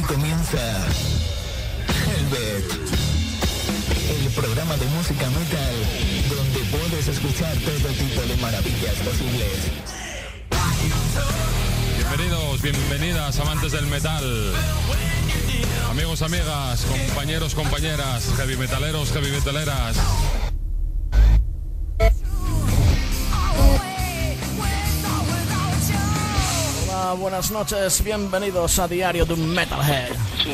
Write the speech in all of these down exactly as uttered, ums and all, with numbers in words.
comienza Helvet, el programa de música metal donde puedes escuchar todo tipo de maravillas posibles. Bienvenidos, bienvenidas, amantes del metal, amigos, amigas, compañeros, compañeras, heavy metaleros, heavy metaleras. Hola, buenas noches, bienvenidos a Diario de un Metalhead.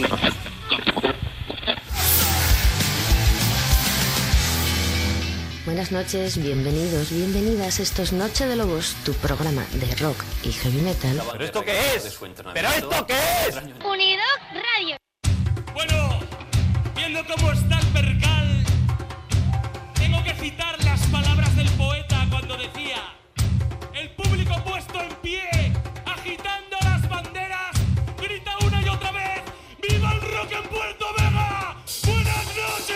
Buenas noches, bienvenidos, bienvenidas. Esto es Noche de Lobos, tu programa de rock y heavy metal. ¿Pero esto qué es? ¿Pero esto qué es? Unidoc Radio. Bueno, viendo cómo está el percal, tengo que citar las palabras del poeta cuando decía: el público puesto en pie, agitando las banderas, grita una y otra vez: ¡viva el rock en Puerto Vega! ¡Buenas noches!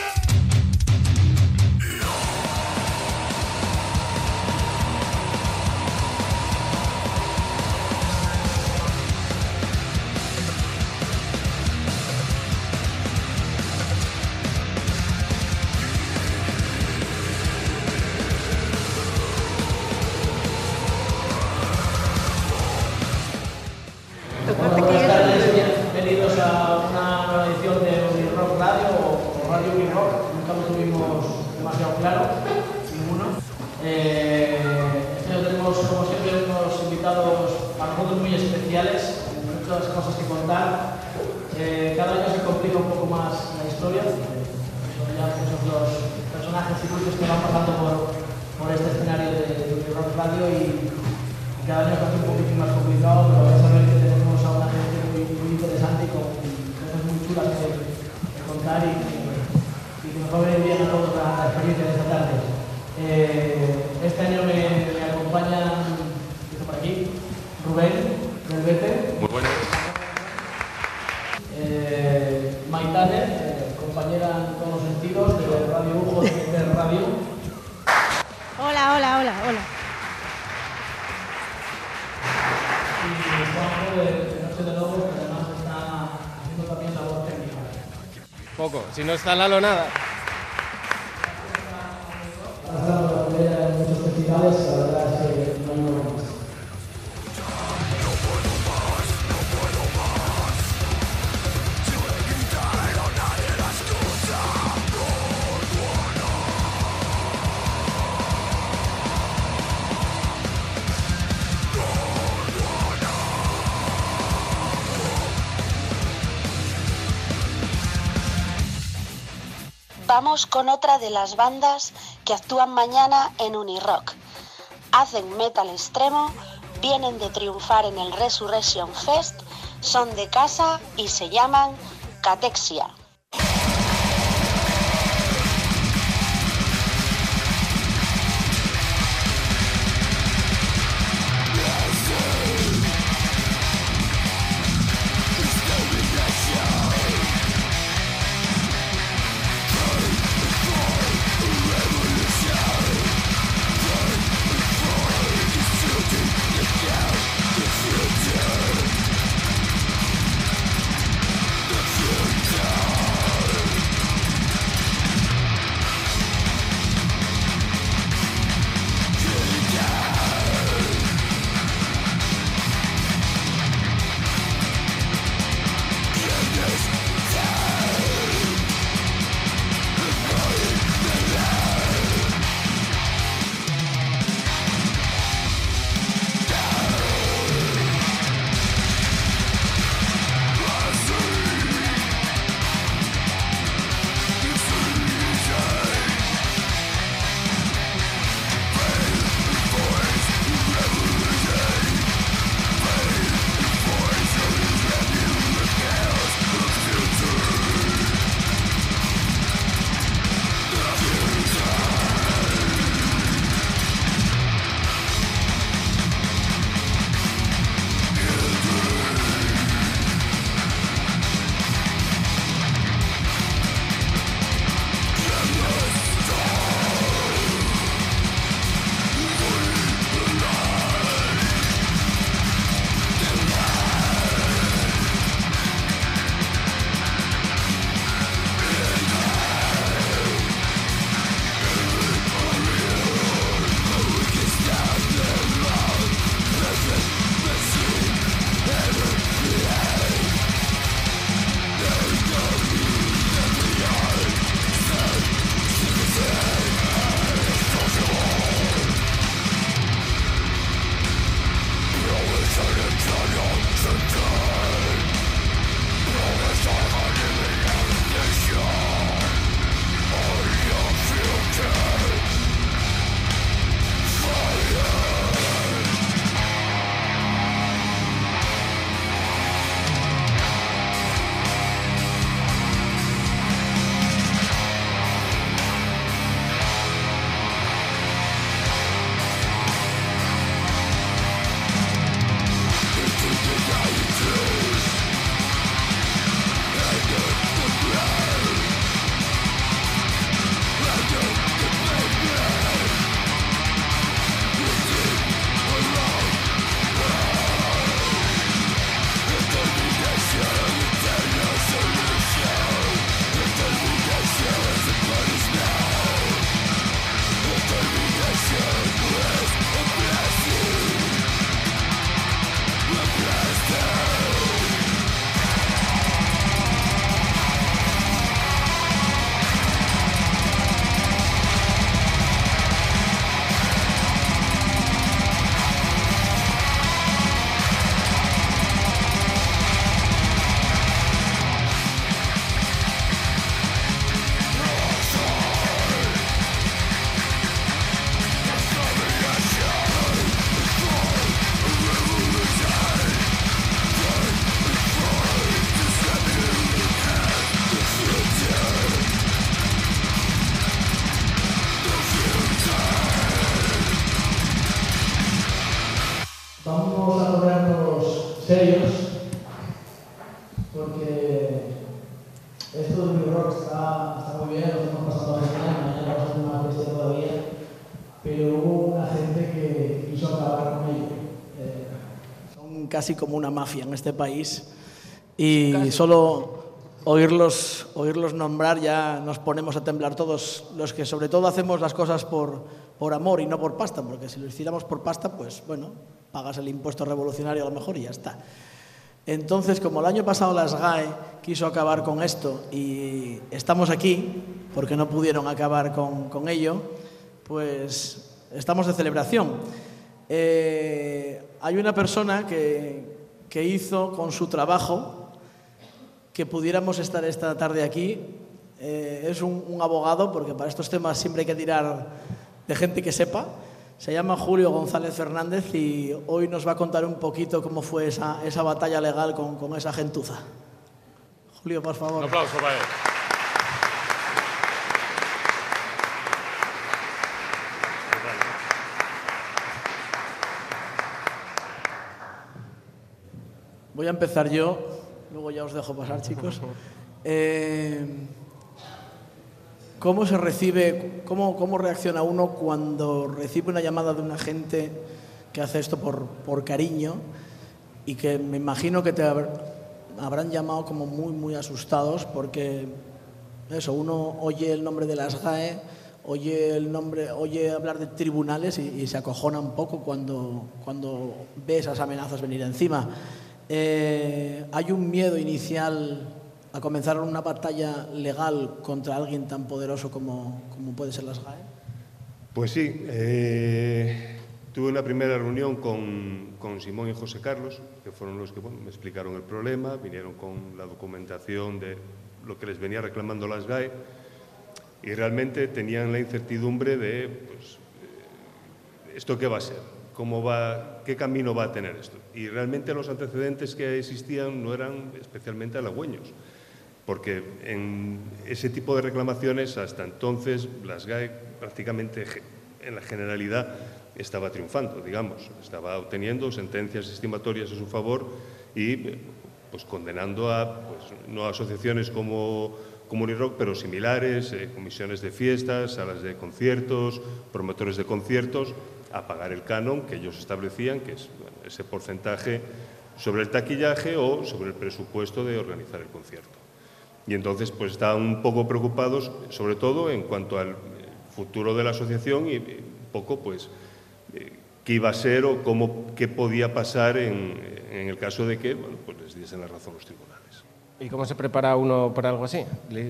Buenas tardes, bienvenidos a una nueva edición de Unirock Radio o Radio Unirock. Nunca lo tuvimos demasiado claro, ninguno. Eh, este año tenemos, como siempre, unos invitados a nosotros muy especiales, muchas cosas que contar. Eh, cada año se complica un poco más la historia. Son ya muchos los personajes y grupos que van pasando por, por este escenario de, de Unirock Radio y cada año es un poquito más complicado, pero vais a ver que tenemos a una gente muy, muy interesante y con cosas muy chulas que, que contar y que, y que nos va a venir bien a todos la, la experiencia de esta tarde. Eh, este año me, me acompañan, por aquí, Rubén del Bete. Muy buenas. Eh, Maitane, eh, compañera en todos los sentidos de Radio Hugo de Radio. Hola, hola, hola, hola. Y Juanjo de, de Noche de Lobos, que además está haciendo también la voz técnica. Poco, si no está Lalo, nada. Ha estado en muchos festivales, la verdad es que no hay nada más. Vamos con otra de las bandas que actúan mañana en Unirock. Hacen metal extremo, vienen de triunfar en el Resurrection Fest, son de casa y se llaman Catexia. Future. porque esto de Unirock está, está muy bien, nos hemos pasado genial, mañana vamos a hacer una fiesta todavía, pero hubo una gente que quiso acabar con ello. Eh, son casi como una mafia en este país y casi. Solo oírlos, oírlos nombrar ya nos ponemos a temblar todos los que sobre todo hacemos las cosas por, por amor y no por pasta, porque si lo hiciéramos por pasta, pues bueno, pagas el impuesto revolucionario a lo mejor y ya está. Entonces, como el año pasado la S G A E quiso acabar con esto y estamos aquí porque no pudieron acabar con, con ello, pues estamos de celebración. Eh, hay una persona que, que hizo con su trabajo que pudiéramos estar esta tarde aquí. Eh, es un, un abogado, porque para estos temas siempre hay que tirar de gente que sepa. Se llama Julio González Fernández y hoy nos va a contar un poquito cómo fue esa, esa batalla legal con, con esa gentuza. Julio, por favor. Un aplauso para él. Voy a empezar yo, luego ya os dejo pasar, chicos. Eh, ¿Cómo se recibe, cómo, cómo reacciona uno cuando recibe una llamada de una gente que hace esto por, por cariño y que me imagino que te habrán, habrán llamado como muy, muy asustados porque eso, uno oye el nombre de la S G A E, oye el nombre, oye hablar de tribunales y, y se acojona un poco cuando, cuando ve esas amenazas venir encima. Eh, ¿Hay un miedo inicial a comenzar una batalla legal contra alguien tan poderoso como, como puede ser la S G A E? Pues sí, eh, tuve una primera reunión con, con Simón y José Carlos, que fueron los que bueno, me explicaron el problema, vinieron con la documentación de lo que les venía reclamando la S G A E y realmente tenían la incertidumbre de, pues, ¿esto qué va a ser? ¿Cómo va, ¿Qué camino va a tener esto? Y realmente los antecedentes que existían no eran especialmente halagüeños, porque en ese tipo de reclamaciones hasta entonces la S G A E prácticamente en la generalidad estaba triunfando, digamos, estaba obteniendo sentencias estimatorias a su favor y pues condenando a, pues, no a asociaciones como, como Unirock, pero similares, eh, comisiones de fiestas, salas de conciertos, promotores de conciertos, a pagar el canon que ellos establecían, que es bueno, ese porcentaje sobre el taquillaje o sobre el presupuesto de organizar el concierto. Y entonces pues estaban un poco preocupados, sobre todo en cuanto al futuro de la asociación y un poco pues eh, qué iba a ser o cómo, qué podía pasar en, en el caso de que bueno, pues les diesen la razón los tribunales. ¿Y cómo se prepara uno para algo así?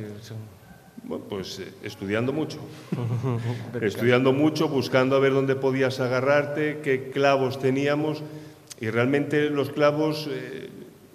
Bueno, pues eh, estudiando mucho, estudiando mucho, buscando a ver dónde podías agarrarte, qué clavos teníamos y realmente los clavos eh,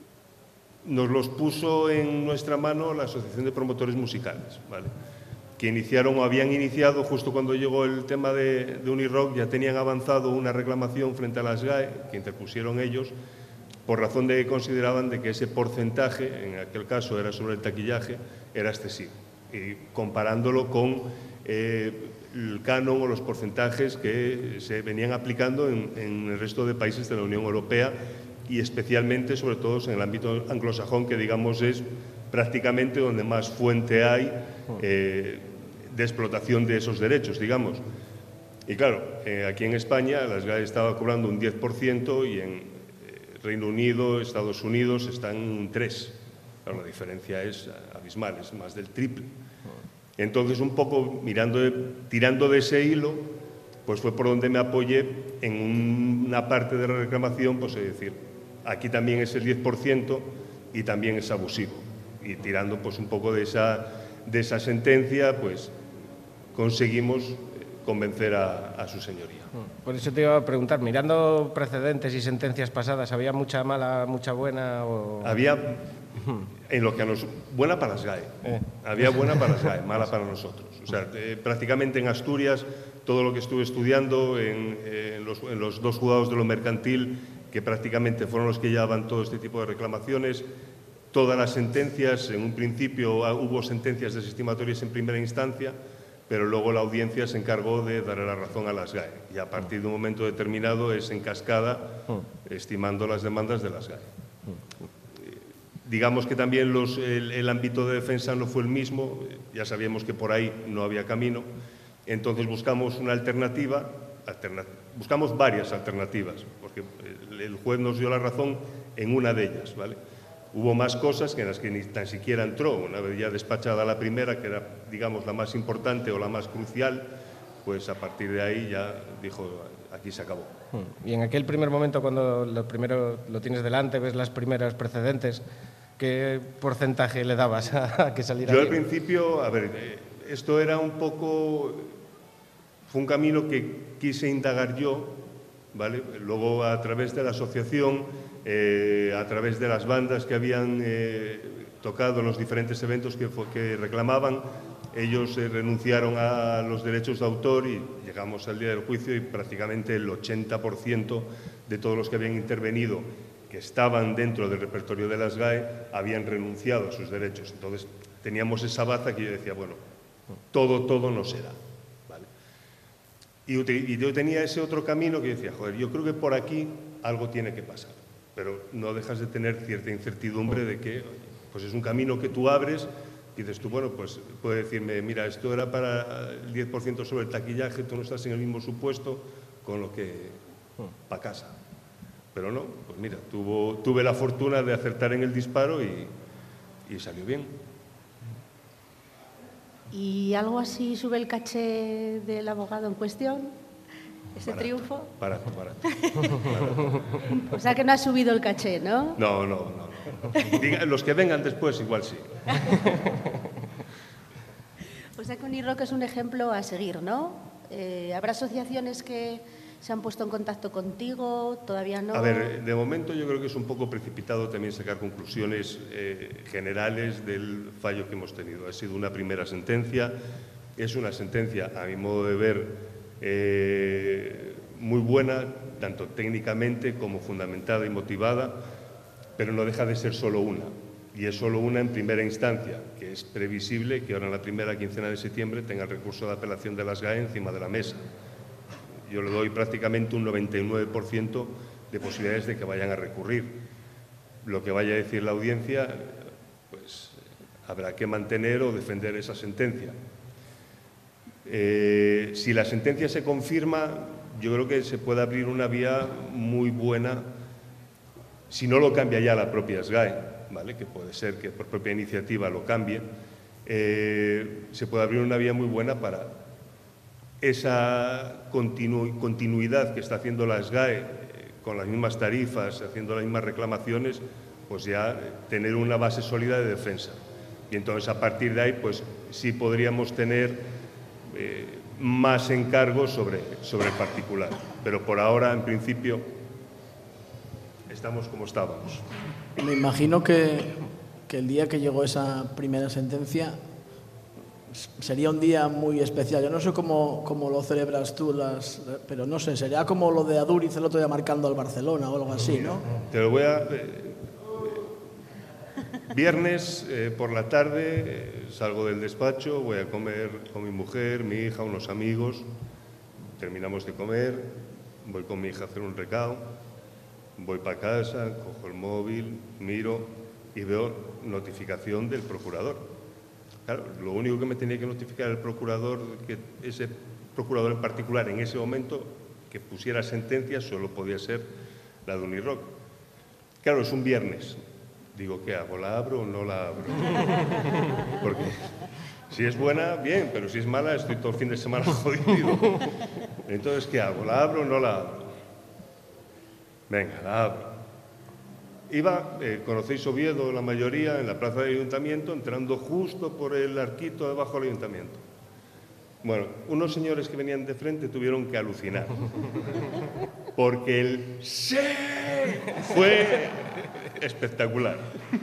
nos los puso en nuestra mano la Asociación de Promotores Musicales, ¿vale? Que iniciaron o habían iniciado justo cuando llegó el tema de, de Unirock, ya tenían avanzado una reclamación frente a la S G A E que interpusieron ellos por razón de que consideraban de que ese porcentaje, en aquel caso era sobre el taquillaje, era excesivo. Y comparándolo con eh, el canon o los porcentajes que se venían aplicando en, en el resto de países de la Unión Europea y especialmente, sobre todo, en el ámbito anglosajón, que digamos es prácticamente donde más fuente hay eh, de explotación de esos derechos, digamos. Y claro, eh, aquí en España la S G A E estaba cobrando un diez por ciento y en eh, Reino Unido, Estados Unidos están en un tres por ciento. Claro, la diferencia es abismal, es más del triple. Entonces, un poco mirando, tirando de ese hilo, pues fue por donde me apoyé en una parte de la reclamación, pues es decir, aquí también es el diez por ciento y también es abusivo. Y tirando pues un poco de esa, de esa sentencia, pues conseguimos convencer a, a su señoría. Por eso te iba a preguntar, mirando precedentes y sentencias pasadas, ¿había mucha mala, mucha buena? O... Había, en lo que a nos, buena para la S G A E, eh. había buena para la S G A E, mala para nosotros. O sea, eh, prácticamente en Asturias, todo lo que estuve estudiando, en, eh, en, los, en los dos juzgados de lo mercantil, que prácticamente fueron los que llevaban todo este tipo de reclamaciones, todas las sentencias, en un principio hubo sentencias desestimatorias en primera instancia, pero luego la audiencia se encargó de darle la razón a la S G A E y a partir de un momento determinado es en cascada, estimando las demandas de la S G A E. digamos que también los, el, el ámbito de defensa no fue el mismo, ya sabíamos que por ahí no había camino, entonces buscamos una alternativa, alterna, buscamos varias alternativas, porque el, el juez nos dio la razón en una de ellas, ¿vale? Hubo más cosas que en las que ni tan siquiera entró, una vez ya despachada la primera, que era, digamos, la más importante o la más crucial, pues a partir de ahí ya dijo, aquí se acabó. Y en aquel primer momento, cuando lo primero lo tienes delante, ves las primeras precedentes, ¿qué porcentaje le dabas a que saliera Yo bien? al principio, a ver, esto era un poco, fue un camino que quise indagar yo, ¿vale? Luego a través de la asociación, eh, a través de las bandas que habían eh, tocado en los diferentes eventos que, que reclamaban, ellos eh, renunciaron a los derechos de autor y llegamos al día del juicio y prácticamente el ochenta por ciento de todos los que habían intervenido, que estaban dentro del repertorio de las G A E, habían renunciado a sus derechos. Entonces teníamos esa baza que yo decía, bueno, todo, todo no será. ¿Vale? Y, y yo tenía ese otro camino que decía, joder, yo creo que por aquí algo tiene que pasar, pero no dejas de tener cierta incertidumbre de que, pues es un camino que tú abres. Y dices tú, bueno, pues puede decirme, mira, esto era para el diez por ciento sobre el taquillaje, tú no estás en el mismo supuesto con lo que para casa. Pero no, pues mira, tuvo, tuve la fortuna de acertar en el disparo y, y salió bien. ¿Y algo así sube el caché del abogado en cuestión? ¿Ese Barato, triunfo? Barato, barato. barato. O sea que no ha subido el caché, ¿no? No, no, no. no. Diga, los que vengan después igual sí. O sea que Unirock es un ejemplo a seguir, ¿no? Eh, ¿Habrá asociaciones que se han puesto en contacto contigo? ¿Todavía no? A ver, de momento yo creo que es un poco precipitado también sacar conclusiones eh, generales del fallo que hemos tenido. Ha sido una primera sentencia, es una sentencia, a mi modo de ver, eh, muy buena, tanto técnicamente como fundamentada y motivada, pero no deja de ser solo una. Y es solo una en primera instancia, que es previsible que ahora en la primera quincena de septiembre tenga el recurso de apelación de las G A E encima de la mesa. Yo le doy prácticamente un noventa y nueve por ciento de posibilidades de que vayan a recurrir. Lo que vaya a decir la audiencia, pues habrá que mantener o defender esa sentencia. Eh, si la sentencia se confirma, yo creo que se puede abrir una vía muy buena, si no lo cambia ya la propia S G A E, ¿vale? Que puede ser que por propia iniciativa lo cambie, eh, se puede abrir una vía muy buena para esa continu continuidad que está haciendo la S G A E eh, con las mismas tarifas, haciendo las mismas reclamaciones, pues ya tener una base sólida de defensa. Y entonces a partir de ahí, pues sí podríamos tener eh, más encargos sobre, sobre el particular. Pero por ahora, en principio, estamos como estábamos. Me imagino que, que el día que llegó esa primera sentencia sería un día muy especial. Yo no sé cómo, cómo lo celebras tú, las, pero no sé, sería como lo de Aduriz el otro día marcando al Barcelona o algo así, ¿no? Te lo voy a... Eh, viernes eh, por la tarde eh, salgo del despacho, voy a comer con mi mujer, mi hija, unos amigos, terminamos de comer, voy con mi hija a hacer un recao, voy para casa, cojo el móvil, miro y veo notificación del procurador. Claro, lo único que me tenía que notificar el procurador, que ese procurador en particular en ese momento que pusiera sentencia, solo podía ser la de Unirock. Claro, es un viernes. Digo, ¿qué hago? ¿La abro o no la abro? Porque si es buena, bien, pero si es mala, estoy todo el fin de semana jodido. Entonces, ¿qué hago? ¿La abro o no la abro? Venga, la abro. Iba, eh, conocéis Oviedo, la mayoría, en la plaza del ayuntamiento, entrando justo por el arquito debajo del ayuntamiento. Bueno, unos señores que venían de frente tuvieron que alucinar. Porque el ¡sí! Fue espectacular.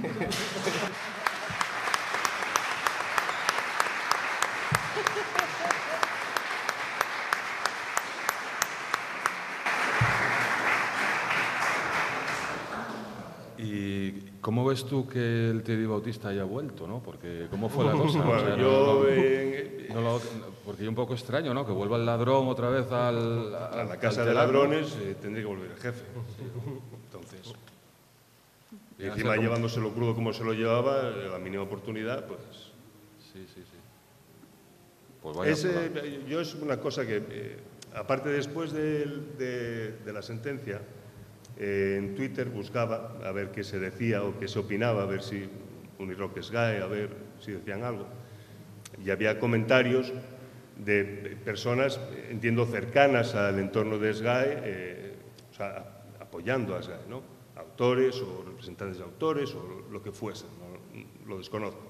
¿Y cómo ves tú que el Teddy Bautista haya vuelto, no? Porque ¿cómo fue la cosa? Bueno, o sea, yo... no, no, eh, no lo, porque es un poco extraño, ¿no? Que vuelva el ladrón otra vez al... a la casa de ladrones eh, tendría que volver el jefe. Entonces... Y encima llevándoselo crudo como se lo llevaba, la mínima oportunidad, pues... Sí, sí, sí. Pues vaya es, eh, yo es una cosa que, eh, aparte después de, de, de la sentencia, eh, en Twitter buscaba a ver qué se decía o qué se opinaba, a ver si Unirock es gay, a ver si decían algo. Y había comentarios de personas, entiendo, cercanas al entorno de S G A E, eh, o sea, apoyando a S G A E, ¿no? Autores o representantes de autores o lo que fuese, ¿no? Lo desconozco.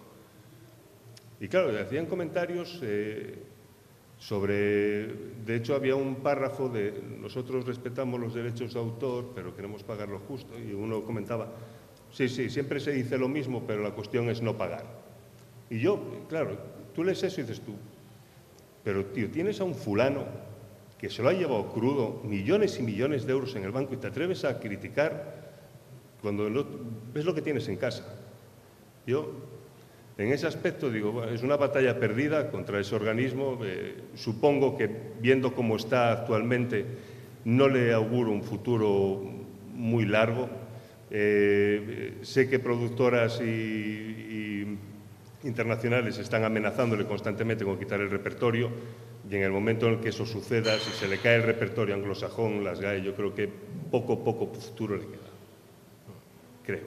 Y claro, hacían comentarios eh, sobre... De hecho, había un párrafo de nosotros respetamos los derechos de autor, pero queremos pagar lo justo. Y uno comentaba, sí, sí, siempre se dice lo mismo, pero la cuestión es no pagar. Y yo, claro, tú lees eso y dices tú, pero tío, tienes a un fulano que se lo ha llevado crudo millones y millones de euros en el banco y te atreves a criticar cuando lo, ves lo que tienes en casa. Yo, en ese aspecto, digo, bueno, es una batalla perdida contra ese organismo. Eh, supongo que, viendo cómo está actualmente, no le auguro un futuro muy largo. Eh, sé que productoras y, y internacionales están amenazándole constantemente con quitar el repertorio y en el momento en el que eso suceda, si se le cae el repertorio anglosajón, las G A E, yo creo que poco, poco futuro le queda. Creo.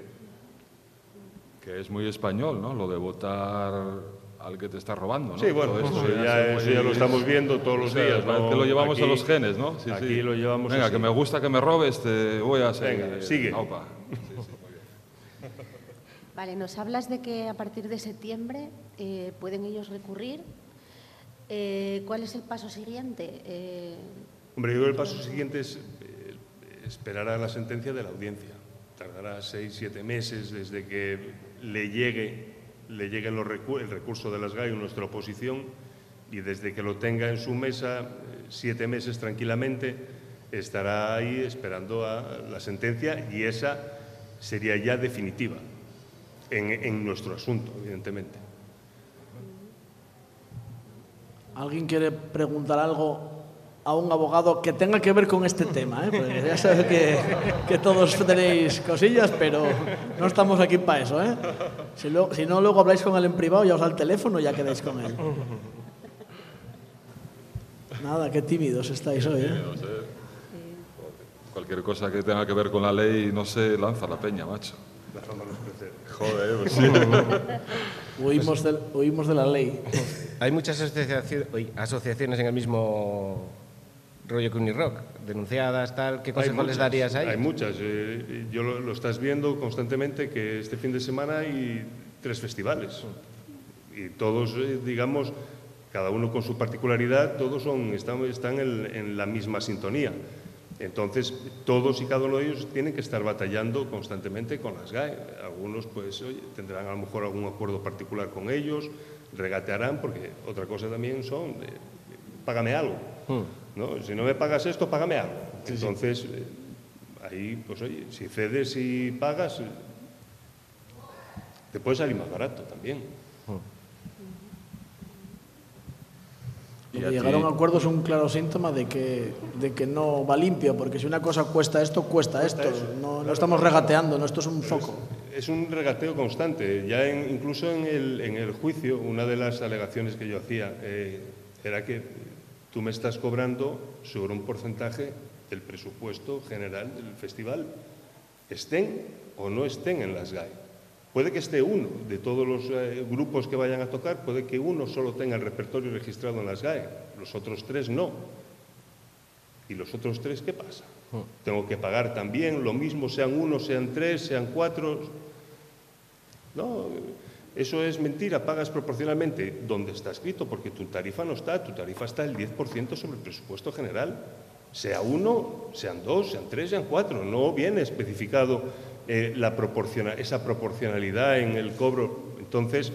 Que es muy español, ¿no? Lo de votar al que te está robando, ¿no? Sí, bueno, esto eso, ya, eso ya lo estamos viendo todos los o sea, días, ¿no? Que lo llevamos aquí, a los genes, ¿no? Sí, aquí sí. lo llevamos Venga, así. que me gusta que me robes, te voy a seguir. Venga, sigue. Opa. Sí, sí, muy bien. Vale, nos hablas de que a partir de septiembre eh, pueden ellos recurrir. Eh, ¿Cuál es el paso siguiente? Eh... Hombre, yo creo que el paso siguiente es eh, esperar a la sentencia de la audiencia. Tardará seis, siete meses desde que le llegue, le llegue los recu el recurso de las G A E o nuestra oposición y desde que lo tenga en su mesa, siete meses tranquilamente, estará ahí esperando a la sentencia y esa sería ya definitiva en, en nuestro asunto, evidentemente. ¿Alguien quiere preguntar algo a un abogado que tenga que ver con este tema? ¿eh? Porque ya sabes que, que todos tenéis cosillas, pero no estamos aquí para eso. ¿eh? Si, lo, si no, luego habláis con él en privado, ya os da el teléfono y ya quedáis con él. Nada, qué tímidos estáis hoy. ¿eh? Cualquier cosa que tenga que ver con la ley, no se lanza la peña, macho. Joder, pues sí. Huimos de, huimos de la ley. Hay muchas asociaciones, asociaciones en el mismo rollo que Unirock, denunciadas, tal. ¿Qué consejo les darías ahí? Hay muchas. Eh, yo lo, lo estás viendo constantemente que este fin de semana hay tres festivales. Y todos, eh, digamos, cada uno con su particularidad, todos son, están, están en, en la misma sintonía. Entonces, todos y cada uno de ellos tienen que estar batallando constantemente con las G A E. Algunos, pues, oye, tendrán a lo mejor algún acuerdo particular con ellos, regatearán, porque otra cosa también son, eh, págame algo, ¿no? Si no me pagas esto, págame algo. Sí, Entonces, sí. Eh, ahí, pues, oye, si cedes y pagas, eh, te puede salir más barato también. Y llegar a un acuerdo es un claro síntoma de que, de que no va limpio, porque si una cosa cuesta esto, cuesta, cuesta esto. Eso. No, no estamos regateando, no, esto es un foco. Es, es un regateo constante. Ya en, incluso en el, en el juicio, una de las alegaciones que yo hacía eh, era que tú me estás cobrando sobre un porcentaje del presupuesto general del festival, estén o no estén en las G A E. Puede que esté uno de todos los eh, grupos que vayan a tocar, puede que uno solo tenga el repertorio registrado en las G A E, los otros tres no. ¿Y los otros tres qué pasa? Oh. Tengo que pagar también lo mismo, sean uno, sean tres, sean cuatro. No, eso es mentira, pagas proporcionalmente donde está escrito, porque tu tarifa no está, tu tarifa está el diez por ciento sobre el presupuesto general. Sea uno, sean dos, sean tres, sean cuatro, no viene especificado Eh, la proporciona, esa proporcionalidad en el cobro. Entonces,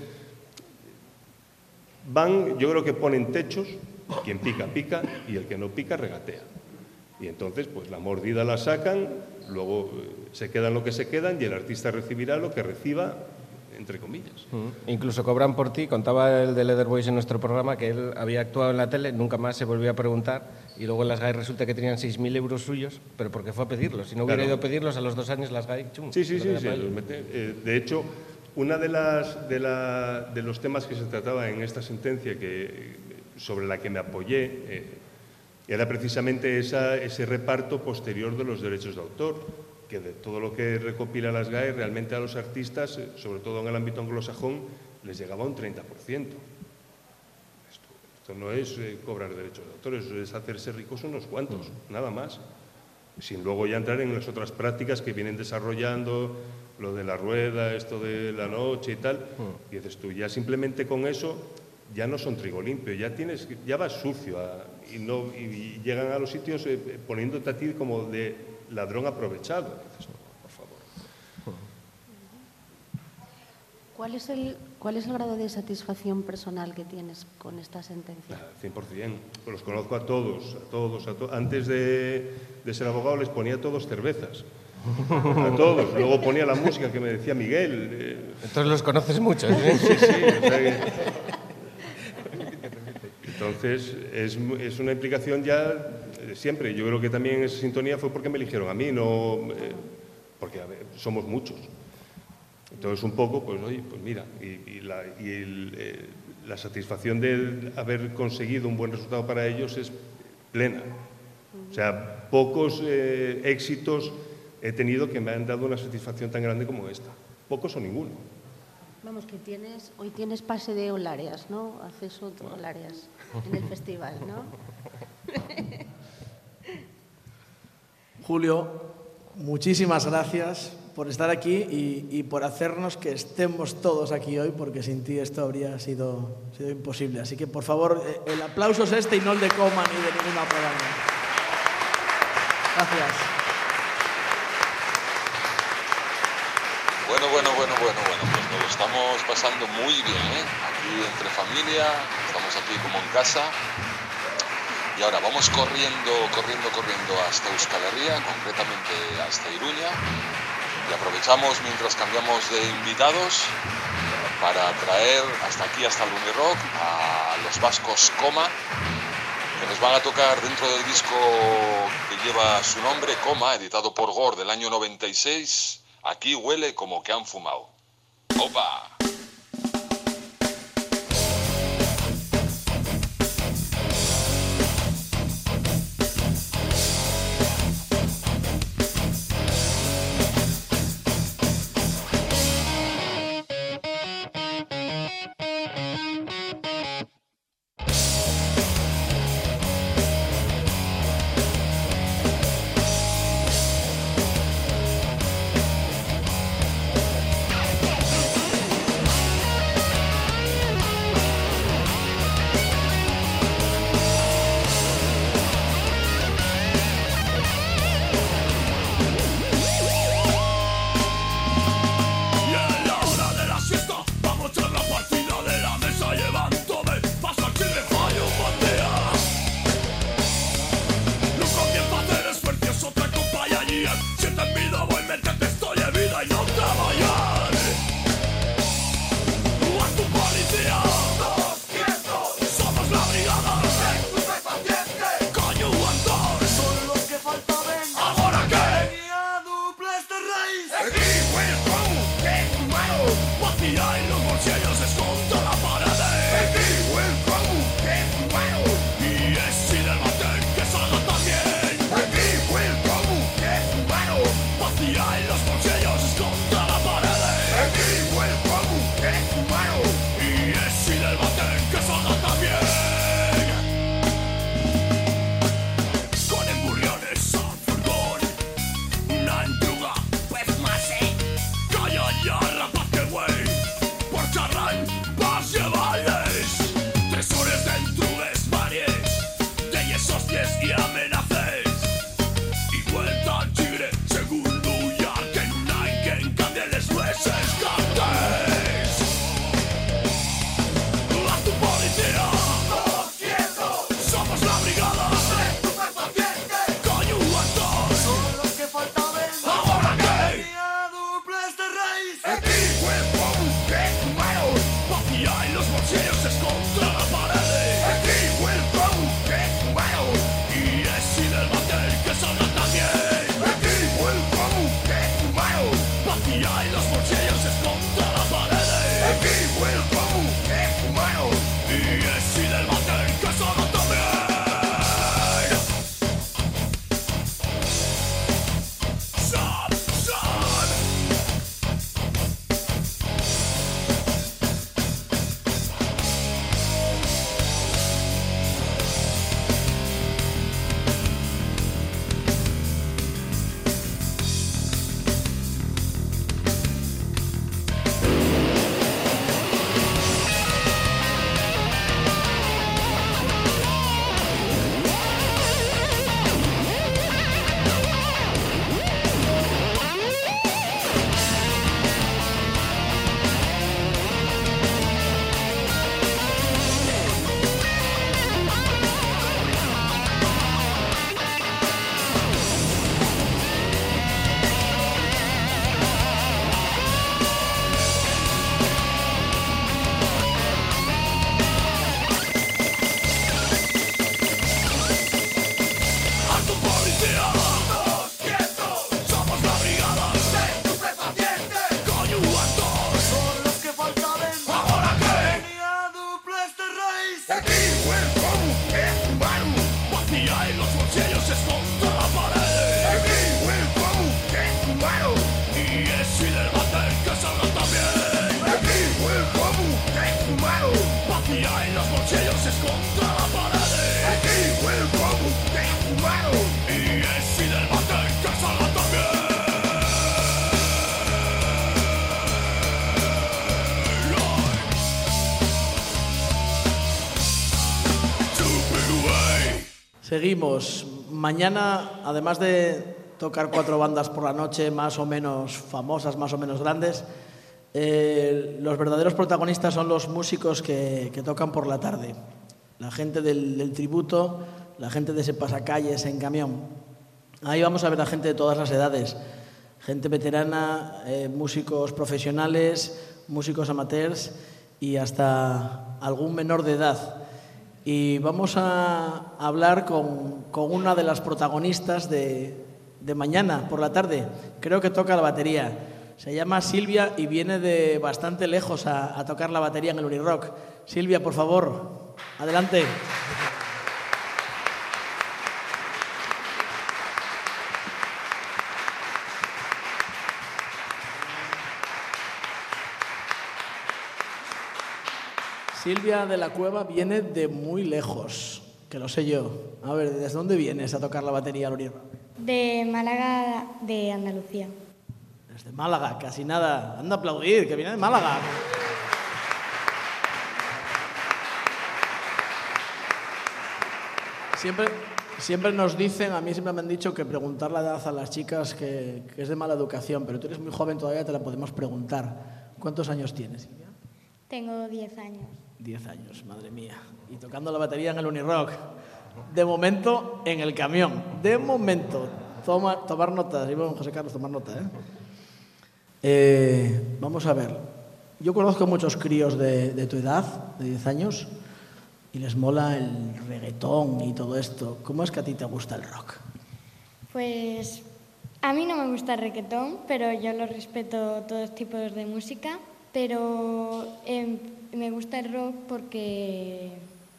van, yo creo que ponen techos, quien pica, pica, y el que no pica, regatea. Y entonces, pues la mordida la sacan, luego eh, se quedan lo que se quedan y el artista recibirá lo que reciba entre comillas. Mm. Incluso cobran por ti. Contaba el de Leather Boys en nuestro programa que él había actuado en la tele, nunca más se volvió a preguntar, y luego en las G A I resulta que tenían seis mil euros suyos, pero porque fue a pedirlos. Si no hubiera Claro. ido a pedirlos, a los dos años las G A I, chum. Sí, sí, lo sí. que sí era para los ellos. mete. Eh, de hecho, una de, las, de, la, de los temas que se trataba en esta sentencia que, sobre la que me apoyé eh, era precisamente esa, ese reparto posterior de los derechos de autor, que de todo lo que recopila las G A I realmente a los artistas, eh, sobre todo en el ámbito anglosajón, les llegaba un treinta por ciento. Esto, esto no es eh, cobrar derechos de autor, eso es hacerse ricos unos cuantos, mm. nada más. Sin luego ya entrar en las otras prácticas que vienen desarrollando, lo de la rueda, esto de la noche y tal, mm. y dices tú, ya simplemente con eso ya no son trigo limpio, ya tienes, ya vas sucio a, y, no, y, y llegan a los sitios eh, poniéndote a ti como de ladrón aprovechado. Dices, no, por favor. ¿Cuál es, el, ¿Cuál es el grado de satisfacción personal que tienes con esta sentencia? cien por cien. Los conozco a todos, a todos. A to Antes de, de ser abogado les ponía a todos cervezas. A todos. Luego ponía la música que me decía Miguel. Eh. Entonces los conoces mucho, ¿eh? Sí, sí. O sea que... Entonces, es, es una implicación ya de siempre. Yo creo que también esa sintonía fue porque me eligieron a mí, no eh, porque a ver, somos muchos. Entonces, un poco, pues, oye, pues mira, y, y, la, y el, eh, la satisfacción de haber conseguido un buen resultado para ellos es plena. O sea, pocos eh, éxitos he tenido que me han dado una satisfacción tan grande como esta. Pocos o ninguno. Vamos, que tienes, hoy tienes pase de Olareas, ¿no? Acceso a Olareas en el festival, ¿no? Julio, muchísimas gracias por estar aquí y, y por hacernos que estemos todos aquí hoy, porque sin ti esto habría sido, sido imposible. Así que, por favor, el aplauso es este y no el de coma ni de ninguna palabra. Gracias. Bueno, bueno, bueno, bueno, bueno, pues nos lo estamos pasando muy bien, ¿eh? Aquí entre familia, estamos aquí como en casa. Y ahora vamos corriendo, corriendo, corriendo hasta Euskal Herria, concretamente hasta Iruña. Y aprovechamos mientras cambiamos de invitados para traer hasta aquí, hasta el Unirock, a los vascos Coma, que nos van a tocar dentro del disco que lleva su nombre, Coma, editado por Gore del año noventa y seis. Aquí huele como que han fumado. ¡Opa! en los bolsillos es contra la pared. Aquí huele como un perfumado y es y del bate que salga también. Seguimos. Mañana, además de tocar cuatro bandas por la noche, más o menos famosas, más o menos grandes, eh, los verdaderos protagonistas son los músicos que, que tocan por la tarde. La gente del, del tributo, la gente de ese pasacalles en camión. Ahí vamos a ver a gente de todas las edades. Gente veterana, eh, músicos profesionales, músicos amateurs y hasta algún menor de edad. Y vamos a hablar con, con una de las protagonistas de, de mañana por la tarde. Creo que toca la batería. Se llama Silvia y viene de bastante lejos a, a tocar la batería en el Unirock. Silvia, por favor, adelante. Silvia de la Cueva viene de muy lejos, que lo sé yo. A ver, ¿desde dónde vienes a tocar la batería, Lorena? De Málaga, de Andalucía. Desde Málaga, casi nada. Anda a aplaudir, que viene de Málaga. Siempre, siempre nos dicen, a mí siempre me han dicho que preguntar la edad a las chicas que, que es de mala educación, pero tú eres muy joven todavía, te la podemos preguntar. ¿Cuántos años tienes, Silvia? Tengo diez años. Diez años, madre mía. Y tocando la batería en el Unirock. De momento, en el camión. De momento. Toma, tomar notas. Y bueno, José Carlos, tomar nota, ¿eh? Eh, vamos a ver. Yo conozco muchos críos de, de tu edad, de diez años, y les mola el reggaetón y todo esto. ¿Cómo es que a ti te gusta el rock? Pues a mí no me gusta el reggaetón, pero yo lo respeto todos tipos de música. Pero eh, me gusta el rock porque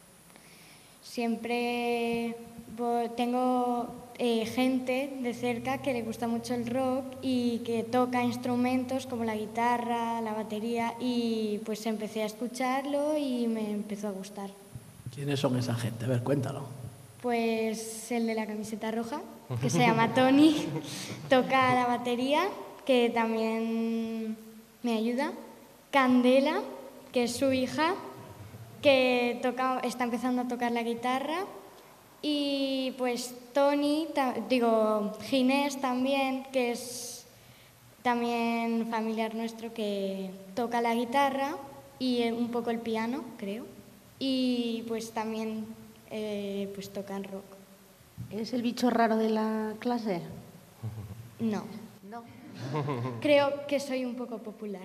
siempre tengo eh, gente de cerca que le gusta mucho el rock y que toca instrumentos como la guitarra, la batería, y pues empecé a escucharlo y me empezó a gustar. ¿Quiénes son esa gente? A ver, cuéntalo. Pues el de la camiseta roja, que se llama Tony, toca la batería, que también me ayuda. Candela, que es su hija, que toca, está empezando a tocar la guitarra, y pues Tony, ta, digo, Ginés también, que es también familiar nuestro, que toca la guitarra y un poco el piano, creo, y pues también eh, pues tocan rock. ¿Es el bicho raro de la clase? No. No. Creo que soy un poco popular.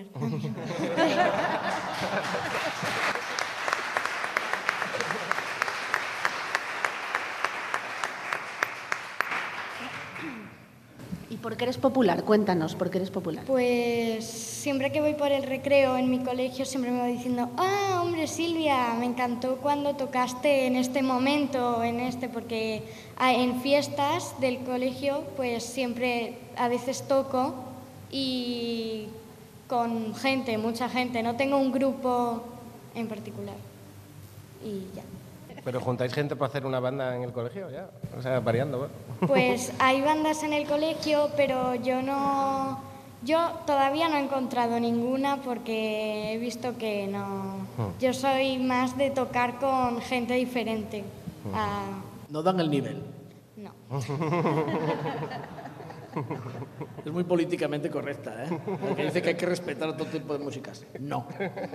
¿Y por qué eres popular? Cuéntanos, ¿por qué eres popular? Pues siempre que voy por el recreo en mi colegio siempre me va diciendo: ah, hombre, Silvia, me encantó cuando tocaste en este momento, en este, porque en fiestas del colegio pues siempre a veces toco y con gente, mucha gente, no tengo un grupo en particular y ya. ¿Pero juntáis gente para hacer una banda en el colegio ya? O sea, variando, ¿no? Pues hay bandas en el colegio, pero yo no... Yo todavía no he encontrado ninguna porque he visto que no... Yo soy más de tocar con gente diferente. A... No dan el nivel. No. Es muy políticamente correcta, ¿eh? Porque dice que hay que respetar todo tipo de músicas. No.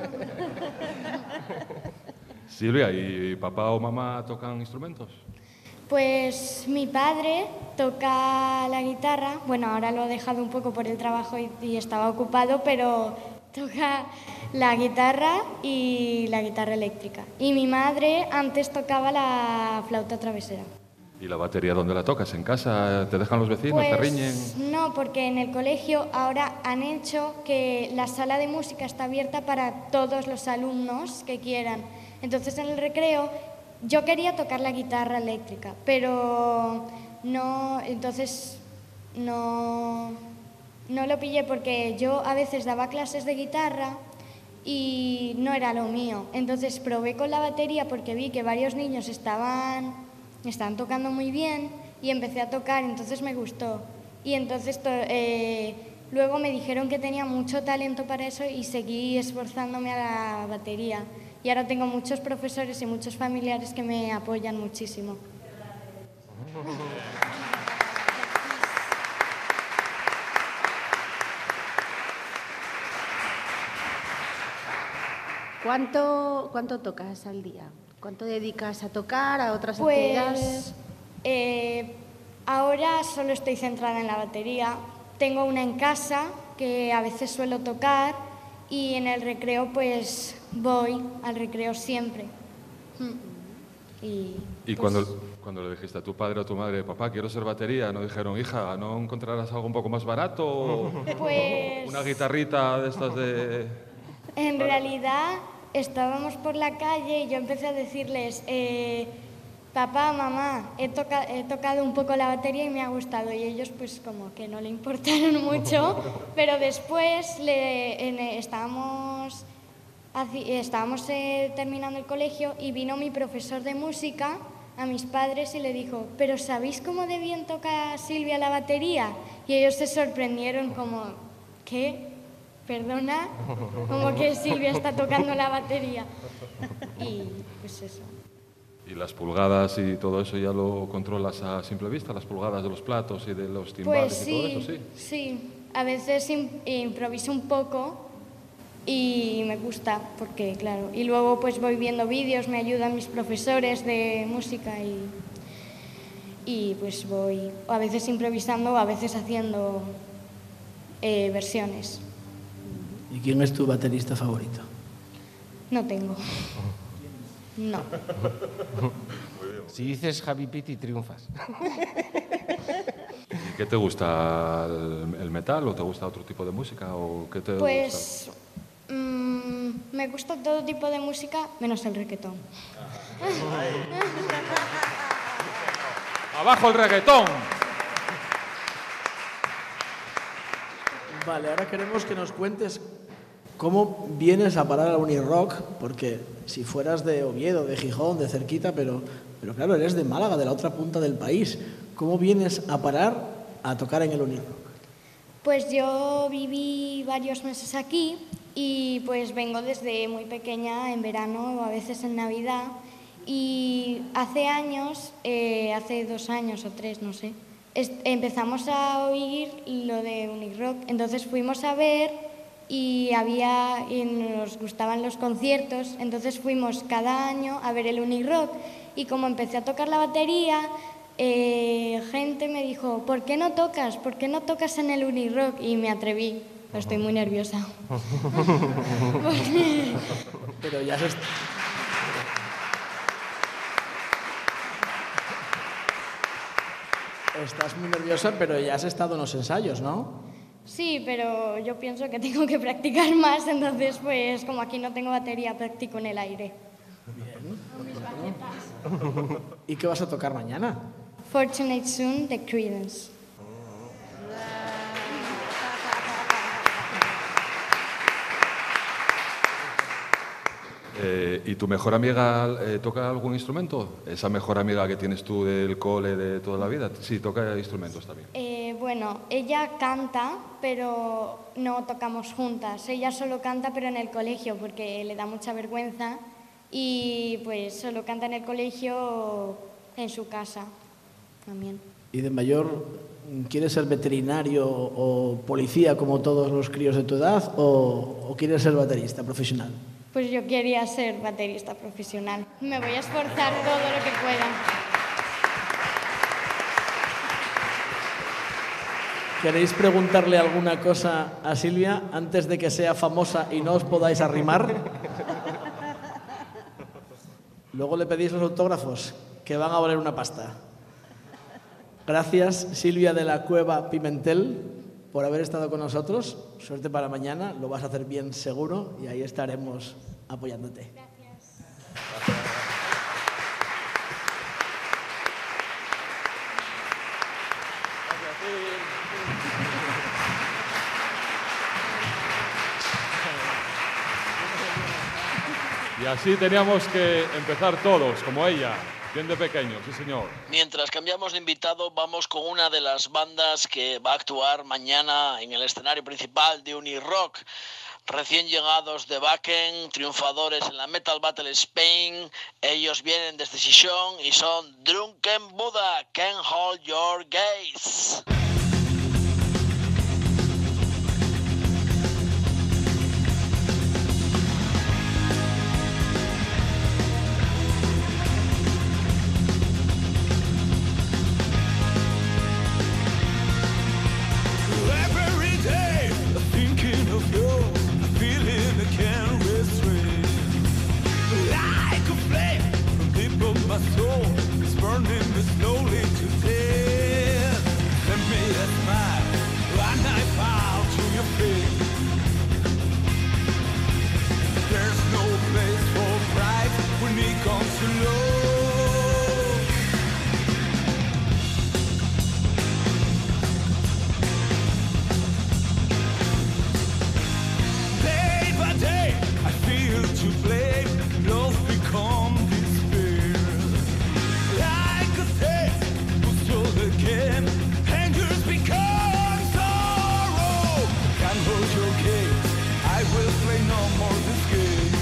Silvia, ¿y papá o mamá tocan instrumentos? Pues mi padre toca la guitarra, bueno, ahora lo ha dejado un poco por el trabajo y, y estaba ocupado, pero toca la guitarra y la guitarra eléctrica. Y mi madre antes tocaba la flauta travesera. ¿Y la batería dónde la tocas? ¿En casa? ¿Te dejan los vecinos? Pues, ¿te riñen? No, porque en el colegio ahora han hecho que la sala de música está abierta para todos los alumnos que quieran. Entonces en el recreo yo quería tocar la guitarra eléctrica, pero no, entonces no, no lo pillé porque yo a veces daba clases de guitarra y no era lo mío. Entonces probé con la batería porque vi que varios niños estaban, estaban tocando muy bien y empecé a tocar, entonces me gustó. Y entonces eh, luego me dijeron que tenía mucho talento para eso y seguí esforzándome a la batería. Y ahora tengo muchos profesores y muchos familiares que me apoyan muchísimo. ¿Cuánto, ¿Cuánto tocas al día? ¿Cuánto dedicas a tocar, a otras pues, actividades? Eh, ahora solo estoy centrada en la batería. Tengo una en casa que a veces suelo tocar y en el recreo pues voy al recreo siempre. Y, ¿Y pues, cuando, cuando le dijiste a tu padre o a tu madre, papá, quiero ser batería, no dijeron, hija, ¿no encontrarás algo un poco más barato? Pues... Una guitarrita de estas de... En realidad estábamos por la calle y yo empecé a decirles, eh, papá, mamá, he, toca he tocado un poco la batería y me ha gustado. Y ellos pues como que no le importaron mucho, pero después le, en, estábamos, estábamos eh, terminando el colegio y vino mi profesor de música a mis padres y le dijo, ¿pero sabéis cómo de bien toca Silvia la batería? Y ellos se sorprendieron como, ¿qué? Perdona, como que Silvia está tocando la batería. Y pues eso. ¿Y las pulgadas y todo eso ya lo controlas a simple vista? ¿Las pulgadas de los platos y de los timbales pues sí, y todo eso? Sí, sí. A veces improviso un poco y me gusta, porque claro. Y luego pues voy viendo vídeos, me ayudan mis profesores de música y, y pues voy a veces improvisando, a veces haciendo eh, versiones. ¿Y quién es tu baterista favorito? No tengo. No. Si dices Javi Pitti, triunfas. ¿Y qué te gusta? ¿El, el metal o te gusta otro tipo de música? ¿O qué te pues mmm, me gusta todo tipo de música, menos el reggaetón. ¡Abajo el reggaetón! Vale, ahora queremos que nos cuentes cómo vienes a parar a Unirock, porque si fueras de Oviedo, de Gijón, de cerquita, pero, pero claro, eres de Málaga, de la otra punta del país. ¿Cómo vienes a parar a tocar en el Unirock? Pues yo viví varios meses aquí y pues vengo desde muy pequeña, en verano o a veces en Navidad. Y hace años, eh, hace dos años o tres, no sé, empezamos a oír lo de Unirock, entonces fuimos a ver y había y nos gustaban los conciertos, entonces fuimos cada año a ver el Unirock y como empecé a tocar la batería, eh, gente me dijo, ¿por qué no tocas? ¿Por qué no tocas en el Unirock? Y me atreví, estoy muy nerviosa. Pero ya se... Estás muy nerviosa, pero ya has estado en los ensayos, ¿no? Sí, pero yo pienso que tengo que practicar más, entonces pues como aquí no tengo batería, practico en el aire. Bien. ¿Y qué vas a tocar mañana? Fortunate Son de Creedence. Eh, ¿Y tu mejor amiga eh, toca algún instrumento? ¿Esa mejor amiga que tienes tú del cole de toda la vida? Sí, toca instrumentos también. Eh, bueno, ella canta, pero no tocamos juntas. Ella solo canta, pero en el colegio, porque le da mucha vergüenza. Y pues solo canta en el colegio, en su casa también. ¿Y de mayor quieres ser veterinario o policía como todos los críos de tu edad o, o quieres ser baterista profesional? Pues yo quería ser baterista profesional. Me voy a esforzar todo lo que pueda. ¿Queréis preguntarle alguna cosa a Silvia antes de que sea famosa y no os podáis arrimar? Luego le pedís los autógrafos, que van a valer una pasta. Gracias, Silvia de la Cueva Pimentel, por haber estado con nosotros. Suerte para mañana, lo vas a hacer bien seguro y ahí estaremos apoyándote. Gracias. Y así teníamos que empezar todos, como ella, bien de pequeños, sí señor. Mientras cambiamos de invitado, vamos con una de las bandas que va a actuar mañana en el escenario principal de Unirock. Recién llegados de Wacken, triunfadores en la Metal Battle Spain, ellos vienen desde Sichón y son Drunken Buddha, Can't Hold Your Gaze. My soul is burning slowly to death. Send me a smile, and I bow to your feet. There's no place for pride when it comes to love. Day by day, I feel to blame. Love becomes and yours become sorrow. Can't hold your gaze, I will play no more this game.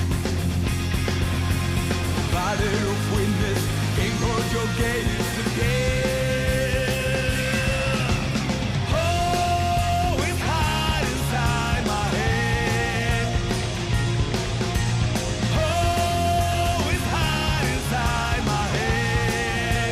Battle of witness, can't hold your gaze again. Oh, it's hot inside my head. Oh, it's hot inside my head.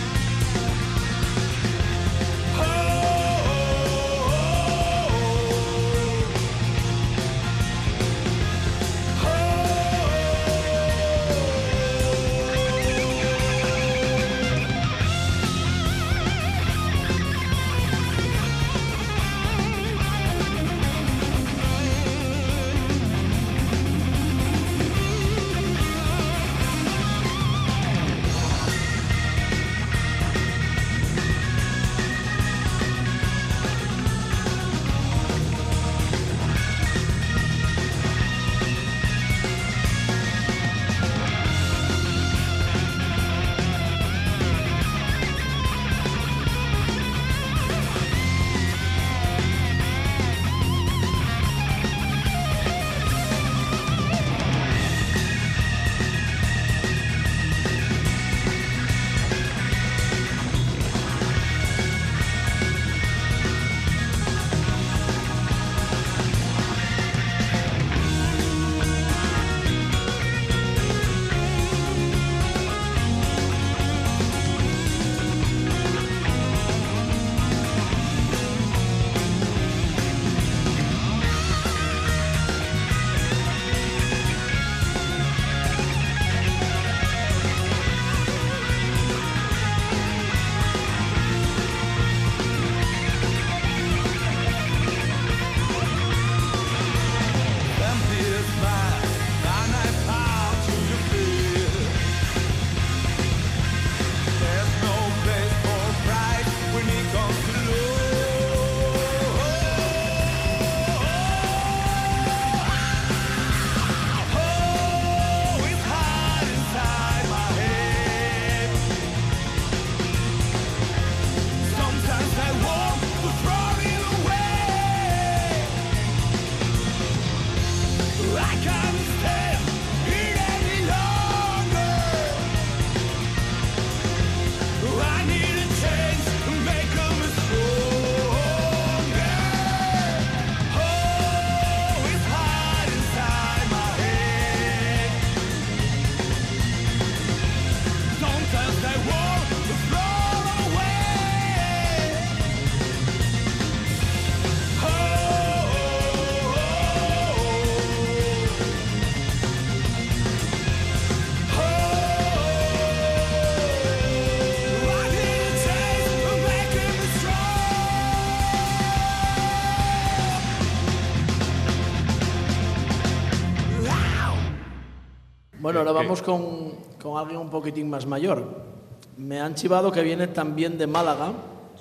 Bueno, ahora vamos con, con alguien un poquitín más mayor. Me han chivado que viene también de Málaga,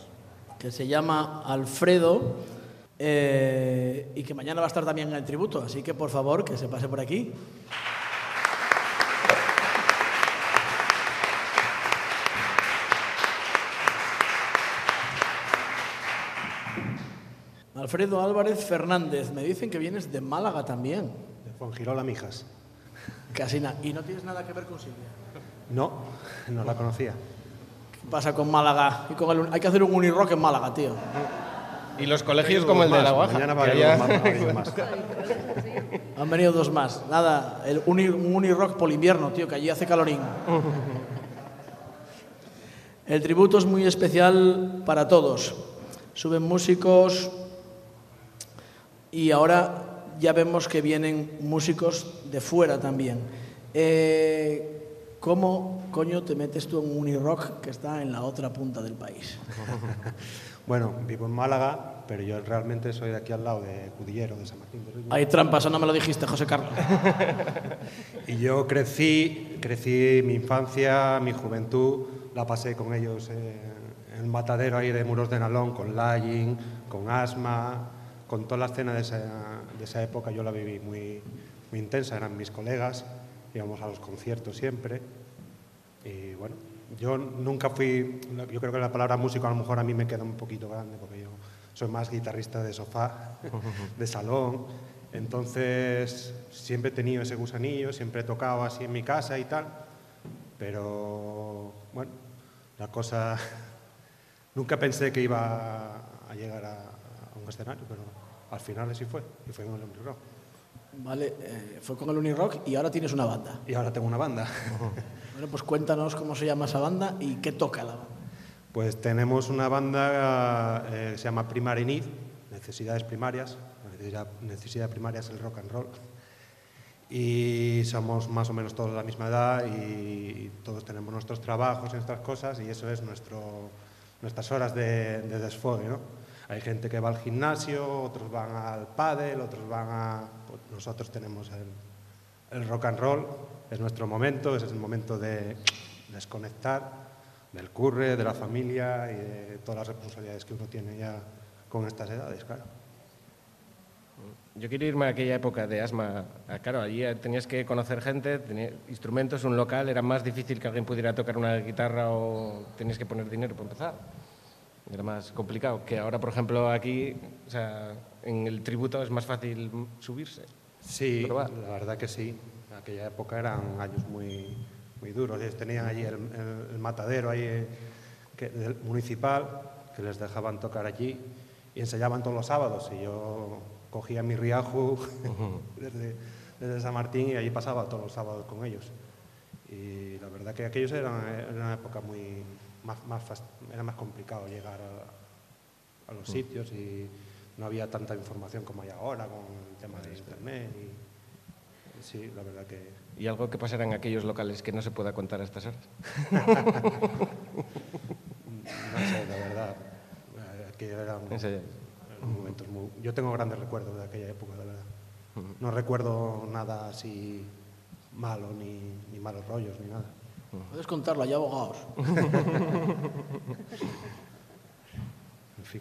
que se llama Alfredo, eh, y que mañana va a estar también en el tributo, así que por favor que se pase por aquí. Alfredo Álvarez Fernández, me dicen que vienes de Málaga también. De Fuengirola, Mijas. Casi nada. ¿Y no tienes nada que ver con Silvia? No, no la conocía. ¿Qué pasa con Málaga? Y con el, hay que hacer un unirock en Málaga, tío. Y los colegios como el de La Guaja. Mañana va a haya... haber más. Han venido dos más. Nada, el uni, un unirock por invierno, tío, que allí hace calorín. El tributo es muy especial para todos. Suben músicos y ahora ya vemos que vienen músicos de fuera también. Eh, ¿Cómo coño te metes tú en un unirock que está en la otra punta del país? Bueno, vivo en Málaga, pero yo realmente soy de aquí al lado, de Cudillero, de San Martín de Riñón. Hay trampas, no me lo dijiste, José Carlos. Y yo crecí, crecí mi infancia, mi juventud, la pasé con ellos en el matadero ahí de Muros de Nalón, con Lying, con Asma, con toda la escena de esa, de esa época. Yo la viví muy, muy intensa, eran mis colegas, íbamos a los conciertos siempre. Y bueno, yo nunca fui, yo creo que la palabra músico a lo mejor a mí me queda un poquito grande, porque yo soy más guitarrista de sofá, de salón. Entonces siempre he tenido ese gusanillo, siempre he tocado así en mi casa y tal, pero bueno, la cosa, nunca pensé que iba a llegar a, a un escenario, pero al final así fue, y fue en el Unirock. Vale, eh, fue con el Unirock y ahora tienes una banda. Y ahora tengo una banda. Bueno, pues cuéntanos cómo se llama esa banda y qué toca la banda. Pues tenemos una banda eh, que se llama Primary Need, Necesidades Primarias. La necesidad, necesidad primaria es el rock and roll. Y somos más o menos todos de la misma edad y todos tenemos nuestros trabajos y nuestras cosas, y eso es nuestro, nuestras horas de, de desfogue, ¿no? Hay gente que va al gimnasio, otros van al pádel, otros van a... Pues nosotros tenemos el, el rock and roll, es nuestro momento, ese es el momento de desconectar del curre, de la familia y de todas las responsabilidades que uno tiene ya con estas edades, claro. Yo quiero irme a aquella época de Asma. Claro, allí tenías que conocer gente, tenías instrumentos, un local, era más difícil que alguien pudiera tocar una guitarra o tenías que poner dinero para empezar. Era más complicado. Que ahora, por ejemplo, aquí, o sea, en el tributo es más fácil subirse. Sí, probar. La verdad que sí. En aquella época eran años muy, muy duros. Ellos tenían allí el, el, el matadero ahí, eh, que, el municipal, que les dejaban tocar allí y ensayaban todos los sábados. Y yo cogía mi riajo desde, desde San Martín y allí pasaba todos los sábados con ellos. Y la verdad que aquellos eran, era una época muy más, más fast, era más complicado llegar a, a los sitios y no había tanta información como hay ahora con el tema de internet. Y, sí, la verdad que... ¿Y algo que pasara en aquellos locales que no se pueda contar a estas horas? No sé, la verdad. Aquello eran... Momentos muy... Yo tengo grandes recuerdos de aquella época, de verdad. No recuerdo nada así malo, ni, ni malos rollos, ni nada. Puedes contarlo, hay abogados. En fin.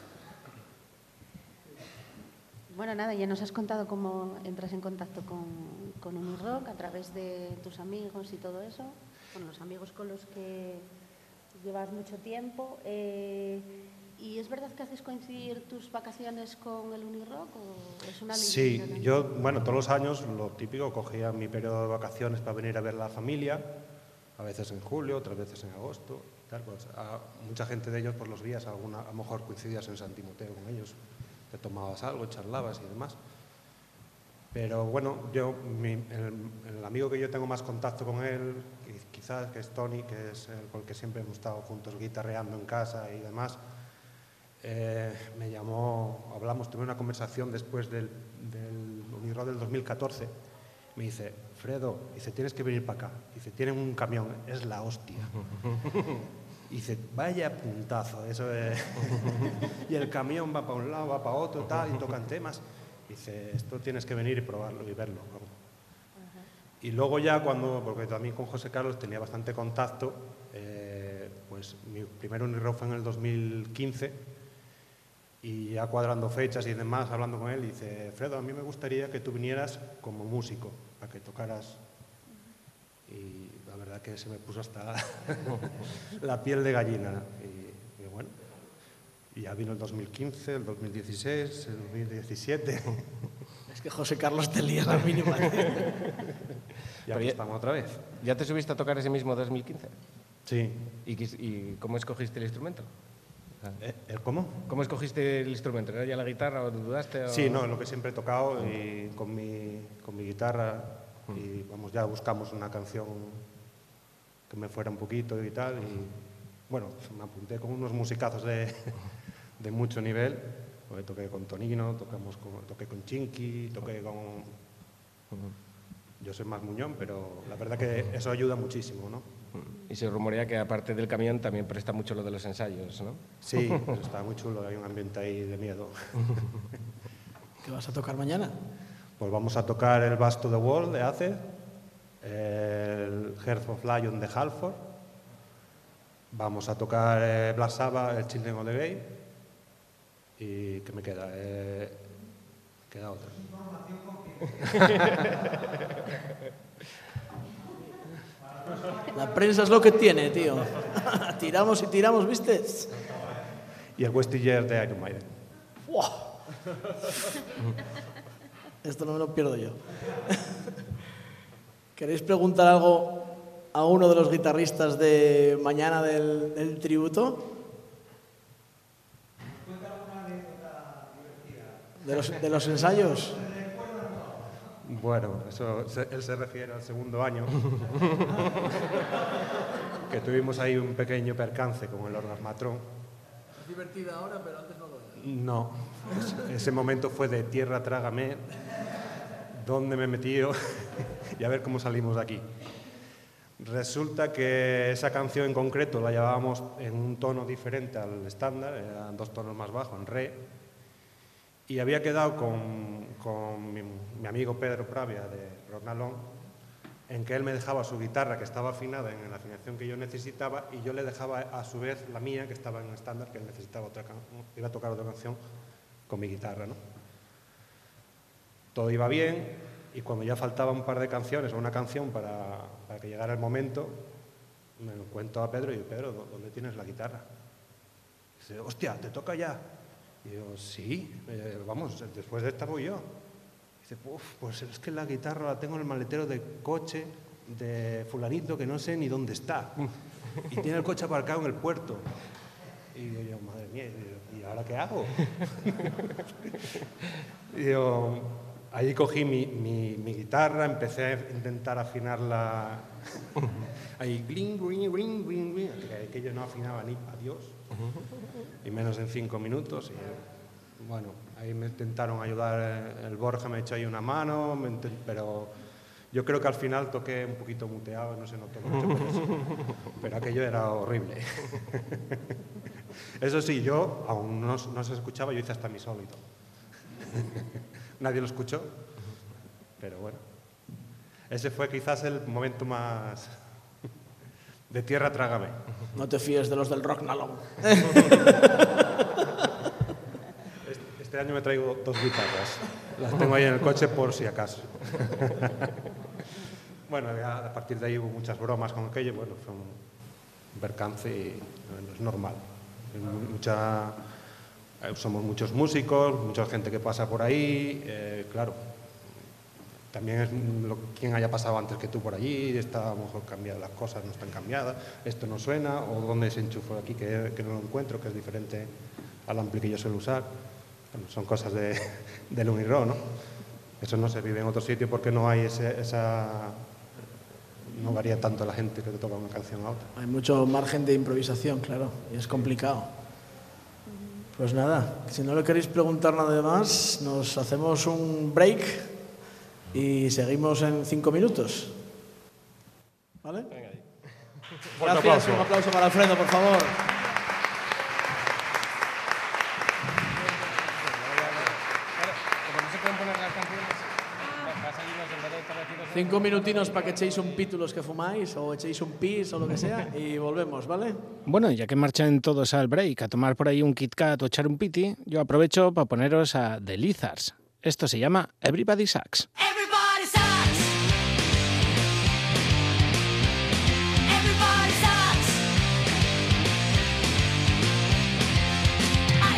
Bueno, nada, ya nos has contado cómo entras en contacto con, con Unirock a través de tus amigos y todo eso, con los amigos con los que llevas mucho tiempo. Eh, ¿Y es verdad que haces coincidir tus vacaciones con el Unirock o es una Sí, leyenda? yo, bueno, todos los años lo típico, cogía mi periodo de vacaciones para venir a ver a la familia, a veces en julio, otras veces en agosto, tal, pues, a mucha gente de ellos por los días, alguna, a lo mejor coincidías en San Timoteo con ellos, te tomabas algo, charlabas y demás. Pero bueno, yo, mi, el, el amigo que yo tengo más contacto con él, quizás que es Tony, que es el con el que siempre hemos estado juntos guitarreando en casa y demás, Eh, me llamó, hablamos, tuve una conversación después del, del Unirock del dos mil catorce. Me dice, Fredo, dice, tienes que venir para acá. Dice, tienen un camión, es la hostia. Dice, vaya puntazo, eso es. Y el camión va para un lado, va para otro, tal, y tocan temas. Dice, esto tienes que venir y probarlo y verlo. Y luego ya cuando, porque también con José Carlos tenía bastante contacto, eh, pues mi primer Unirock fue en el dos mil quince. Y ya cuadrando fechas y demás, hablando con él, dice, Fredo, a mí me gustaría que tú vinieras como músico, para que tocaras. Y la verdad que se me puso hasta la piel de gallina. Y, y bueno, Y ya vino el dos mil quince, el dos mil dieciséis, el dos mil diecisiete. Es que José Carlos te lía la mínima. Ya estamos otra vez. ¿Ya te subiste a tocar ese mismo dos mil quince? Sí. ¿Y, quis- y cómo escogiste el instrumento? ¿El cómo? ¿Cómo escogiste el instrumento? ¿Era ya la guitarra o dudaste? O... Sí, no, lo que siempre he tocado y con mi, con mi guitarra y vamos, ya buscamos una canción que me fuera un poquito y tal y bueno, me apunté con unos musicazos de, de mucho nivel, porque toqué con Tonino, tocamos con, toqué con Chinky, toqué con... Yo soy más muñón, pero la verdad que eso ayuda muchísimo, ¿no? Y se rumorea que aparte del camión también presta mucho lo de los ensayos, ¿no? Sí, eso está muy chulo, hay un ambiente ahí de miedo. ¿Qué vas a tocar mañana? Pues vamos a tocar el Bass to the Wall de Ace, el Hearth of Lion de Halford, vamos a tocar eh, Black Sabbath, el Children of the Grave, y ¿qué me queda? Eh, queda otra. La prensa es lo que tiene, tío. Tiramos y tiramos, ¿viste? Y el Wasted Years de Iron Maiden. ¡Buah! Esto no me lo pierdo yo. ¿Queréis preguntar algo a uno de los guitarristas de mañana del, del tributo? ¿De los, de los ensayos? Bueno, eso, se- él se refiere al segundo año, que tuvimos ahí un pequeño percance con el orgasmatrón. Es divertida ahora, pero antes no lo era. No, es- ese momento fue de tierra, trágame, ¿dónde me he metido? Y a ver cómo salimos de aquí. Resulta que esa canción en concreto la llevábamos en un tono diferente al estándar, eran dos tonos más bajos, en re, y había quedado con, con mi, mi amigo Pedro Pravia de Rognalón en que él me dejaba su guitarra, que estaba afinada en la afinación que yo necesitaba, y yo le dejaba a su vez la mía, que estaba en estándar, que él necesitaba otra can- iba a tocar otra canción con mi guitarra, ¿no? Todo iba bien, y cuando ya faltaba un par de canciones o una canción para, para que llegara el momento, me lo cuento a Pedro y digo, Pedro, ¿dó- ¿dónde tienes la guitarra? Dice, hostia, ¿te toca ya? Y digo, sí, eh, vamos, después de esta voy yo. Dice, "Uf, pues es que la guitarra la tengo en el maletero del coche de fulanito que no sé ni dónde está. Y tiene el coche aparcado en el puerto. Y digo yo, madre mía, y digo, ¿y ahora qué hago? Y digo, ahí cogí mi, mi, mi guitarra, empecé a intentar afinarla. Ahí, gling, gling, gling, gling, gling, que aquello no afinaba ni a Dios. Y menos en cinco minutos. Y, bueno, ahí me intentaron ayudar, el Borja me echó ahí una mano, me intent- pero yo creo que al final toqué un poquito muteado, no se notó mucho, pero, eso- pero aquello era horrible. Eso sí, yo, aún no, no se escuchaba, yo hice hasta mi solo y todo. Nadie lo escuchó, pero bueno. Ese fue quizás el momento más de tierra, trágame. No te fíes de los del Rognalón. Este año me traigo dos guitarras. Las tengo ahí en el coche por si acaso. Bueno, ya a partir de ahí hubo muchas bromas con aquello. Bueno, fue un percance y bueno, es normal. Hay mu- mucha, eh, somos muchos músicos, mucha gente que pasa por ahí. eh, claro, también es lo, quien haya pasado antes que tú por allí, está a lo mejor cambiadas las cosas, no están cambiadas, esto no suena, o dónde se enchufó aquí que, que no lo encuentro, que es diferente al ampli que yo suelo usar. Bueno, son cosas de, del Unirro, ¿no? Eso no se vive en otro sitio porque no hay ese, esa... no varía tanto la gente que te toca una canción a otra. Hay mucho margen de improvisación, claro, y es complicado. Pues nada, si no le queréis preguntar nada más, nos hacemos un break y seguimos en cinco minutos. ¿Vale? Fuerte Gracias, aplauso. un aplauso para Alfredo, por favor. Cinco minutinos para que echéis un pito los que fumáis, o echéis un pis o lo que sea, y volvemos, ¿vale? Bueno, ya que marchan todos al break a tomar por ahí un Kit Kat o echar un piti, yo aprovecho para poneros a The Lizards. Esto se llama Everybody Sucks. Everybody sucks. Everybody sucks. I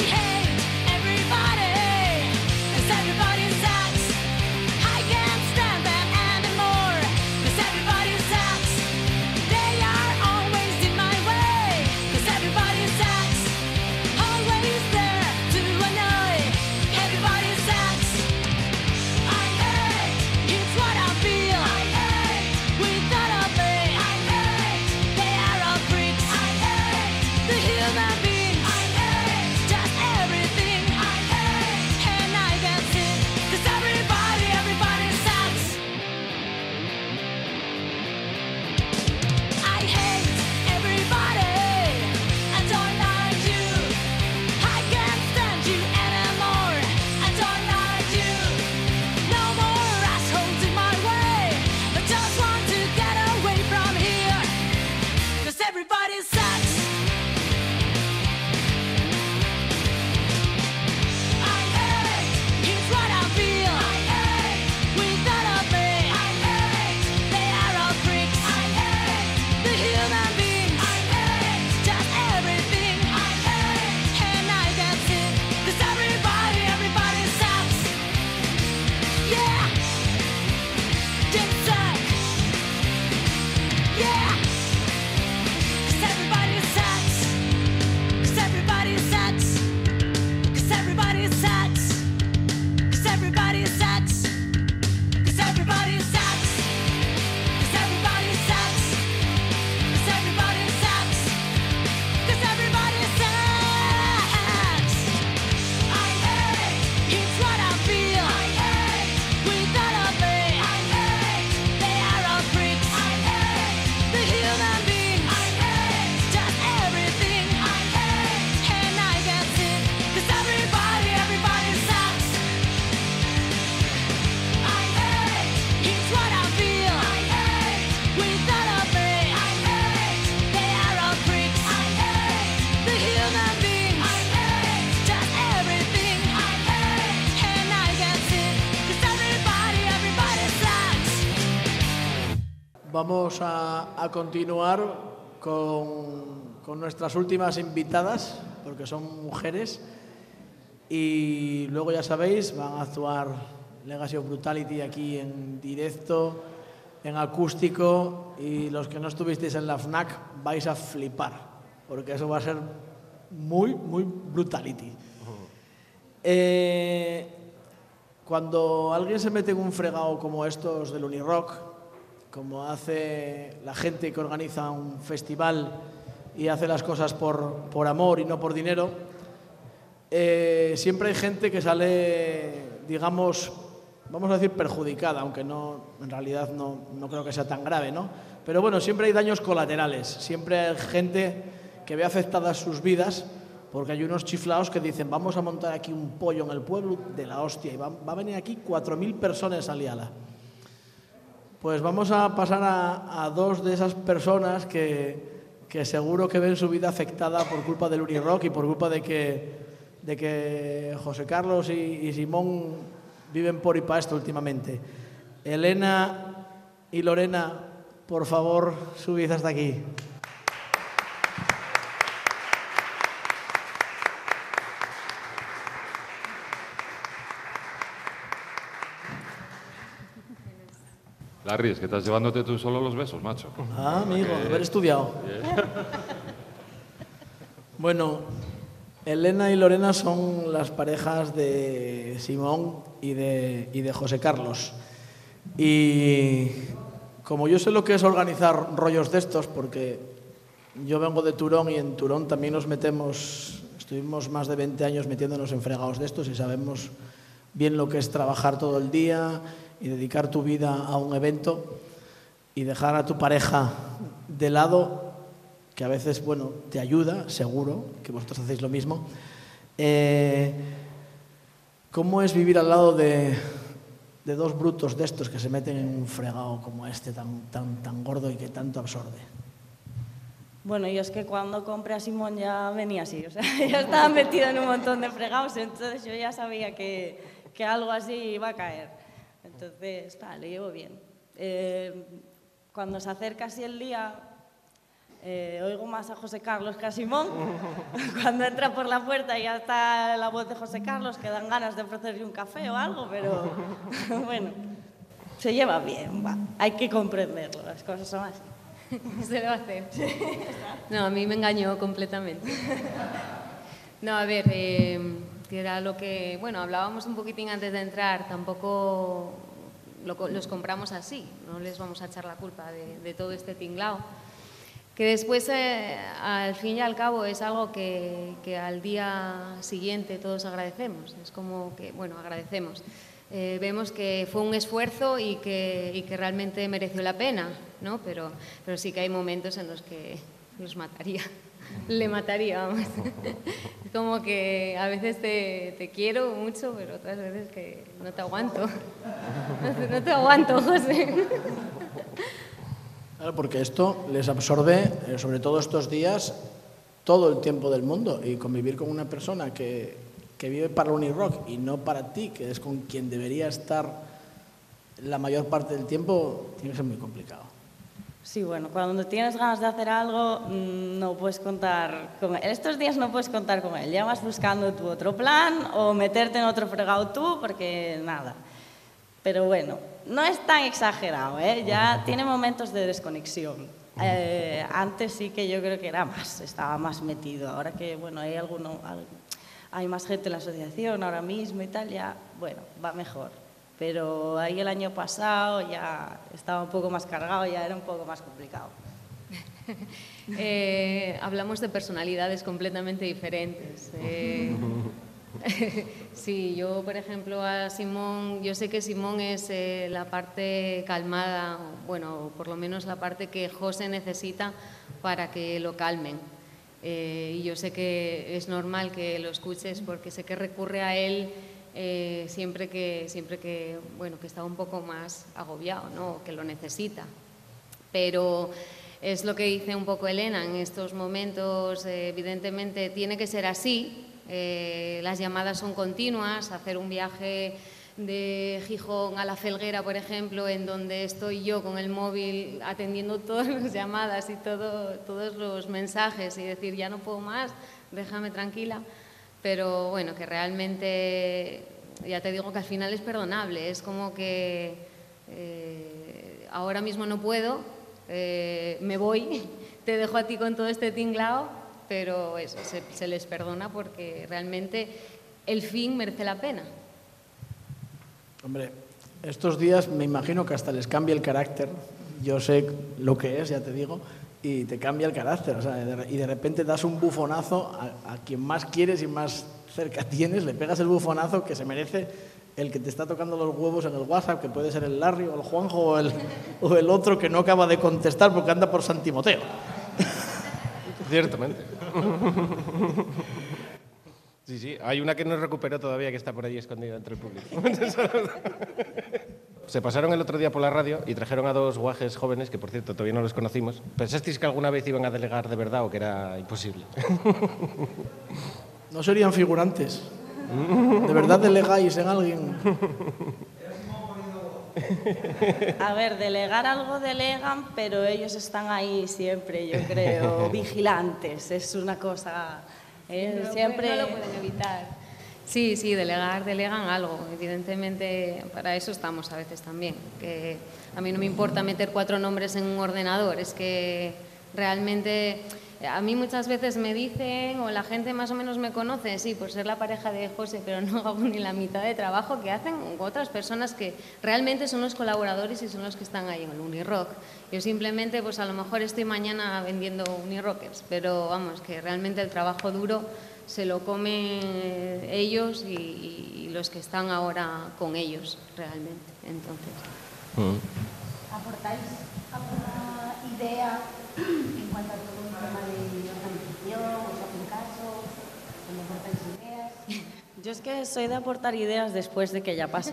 vamos a, a continuar con, con nuestras últimas invitadas, porque son mujeres, y luego ya sabéis, van a actuar Legacy of Brutality aquí en directo, en acústico, y los que no estuvisteis en la FNAC vais a flipar, porque eso va a ser muy, muy brutality. Eh, cuando alguien se mete en un fregado como estos del Unirock, como hace la gente que organiza un festival y hace las cosas por, por amor y no por dinero, eh, siempre hay gente que sale, digamos, vamos a decir perjudicada, aunque no, en realidad no, no creo que sea tan grave, ¿no? Pero bueno, siempre hay daños colaterales, siempre hay gente que ve afectadas sus vidas, porque hay unos chiflaos que dicen vamos a montar aquí un pollo en el pueblo de la hostia y va, va a venir aquí cuatro mil personas a liarla. Pues vamos a pasar a, a dos de esas personas que, que seguro que ven su vida afectada por culpa del Unirock y por culpa de que, de que José Carlos y, y Simón viven por y para esto últimamente. Elena y Lorena, por favor, subid hasta aquí. Larry, es que estás llevándote tú solo los besos, macho. Ah, amigo, Porque... haber estudiado. Bien. Bueno, Elena y Lorena son las parejas de Simón y de, y de José Carlos. Y como yo sé lo que es organizar rollos de estos, porque yo vengo de Turón y en Turón también nos metemos, estuvimos más de veinte años metiéndonos en fregados de estos y sabemos bien lo que es trabajar todo el día y dedicar tu vida a un evento y dejar a tu pareja de lado, que a veces, bueno, te ayuda, seguro, que vosotros hacéis lo mismo. Eh, ¿Cómo es vivir al lado de, de dos brutos de estos que se meten en un fregado como este, tan, tan, tan gordo y que tanto absorbe? Bueno, yo es que cuando compré a Simón ya venía así, o sea, ya estaba metido en un montón de fregados, entonces yo ya sabía que, que algo así iba a caer. Entonces, está, le llevo bien. Eh, cuando se acerca así el día, eh, oigo más a José Carlos que a Simón. Cuando entra por la puerta ya está la voz de José Carlos, que dan ganas de ofrecerle un café o algo, pero bueno, se lleva bien, va. Hay que comprenderlo, las cosas son así. Se le va a hacer. No, a mí me engañó completamente. No, a ver, eh, que era lo que, bueno, hablábamos un poquitín antes de entrar, tampoco lo, los compramos así, no les vamos a echar la culpa de, de todo este tinglao. Que después, eh, al fin y al cabo, es algo que, que al día siguiente todos agradecemos. Es como que, bueno, agradecemos. Eh, vemos que fue un esfuerzo y que, y que realmente mereció la pena, ¿no? Pero, pero sí que hay momentos en los que los mataría. Le mataría, vamos. Es como que a veces te, te quiero mucho, pero otras veces que no te aguanto. No, no te aguanto, José. Claro, porque esto les absorbe, eh, sobre todo estos días, todo el tiempo del mundo. Y convivir con una persona que, que vive para Unirock y no para ti, que es con quien debería estar la mayor parte del tiempo, tiene que ser muy complicado. Sí, bueno, cuando tienes ganas de hacer algo, no puedes contar con él. Estos días no puedes contar con él. Ya vas buscando tu otro plan o meterte en otro fregado tú, porque nada. Pero bueno, no es tan exagerado, ¿eh? Ya tiene momentos de desconexión. Eh, antes sí que yo creo que era más, estaba más metido. Ahora que, bueno, hay alguno, hay más gente en la asociación ahora mismo y tal, ya, bueno, va mejor. Pero ahí el año pasado ya estaba un poco más cargado, ya era un poco más complicado. eh, hablamos de personalidades completamente diferentes. Eh, sí, yo, por ejemplo, a Simón, yo sé que Simón es eh, la parte calmada, bueno, por lo menos la parte que José necesita para que lo calmen. Eh, y yo sé que es normal que lo escuches porque sé que recurre a él Eh, siempre que, siempre que, bueno, que está un poco más agobiado, ¿no? Que lo necesita. Pero es lo que dice un poco Elena, en estos momentos eh, evidentemente tiene que ser así, eh, las llamadas son continuas, hacer un viaje de Gijón a La Felguera, por ejemplo, en donde estoy yo con el móvil atendiendo todas las llamadas y todo, todos los mensajes y decir, ya no puedo más, déjame tranquila. Pero bueno, que realmente, ya te digo que al final es perdonable, es como que eh, ahora mismo no puedo, eh, me voy, te dejo a ti con todo este tinglao, pero eso, se, se les perdona porque realmente el fin merece la pena. Hombre, estos días me imagino que hasta les cambia el carácter. Yo sé lo que es, ya te digo, y te cambia el carácter. O sea, y de repente das un bufonazo a, a quien más quieres y más cerca tienes, le pegas el bufonazo que se merece el que te está tocando los huevos en el WhatsApp, que puede ser el Larry o el Juanjo o el, o el otro que no acaba de contestar porque anda por San Timoteo. Ciertamente. Sí, sí, hay una que no recuperó todavía, que está por allí escondida entre el público. Se pasaron el otro día por la radio y trajeron a dos guajes jóvenes, que por cierto todavía no los conocimos. ¿Pensasteis que alguna vez iban a delegar de verdad o que era imposible? No serían figurantes. ¿De verdad delegáis en alguien? A ver, delegar algo delegan, pero ellos están ahí siempre, yo creo, vigilantes. Es una cosa... Eh, no, siempre... no lo pueden evitar. Sí, sí, delegar, delegan algo. Evidentemente, para eso estamos a veces también. Que a mí no me importa meter cuatro nombres en un ordenador, es que realmente... A mí muchas veces me dicen, o la gente más o menos me conoce, sí, por ser la pareja de José, pero no hago ni la mitad de trabajo que hacen otras personas que realmente son los colaboradores y son los que están ahí en el Unirock. Yo simplemente, pues a lo mejor estoy mañana vendiendo Unirockers, pero vamos, que realmente el trabajo duro se lo comen ellos y, y los que están ahora con ellos, realmente. Entonces... Mm. ¿Aportáis alguna idea en cuanto a todo el tema de organización? ¿Os hacen caso? ¿Os aportáis ideas? Yo es que soy de aportar ideas después de que ya pasó.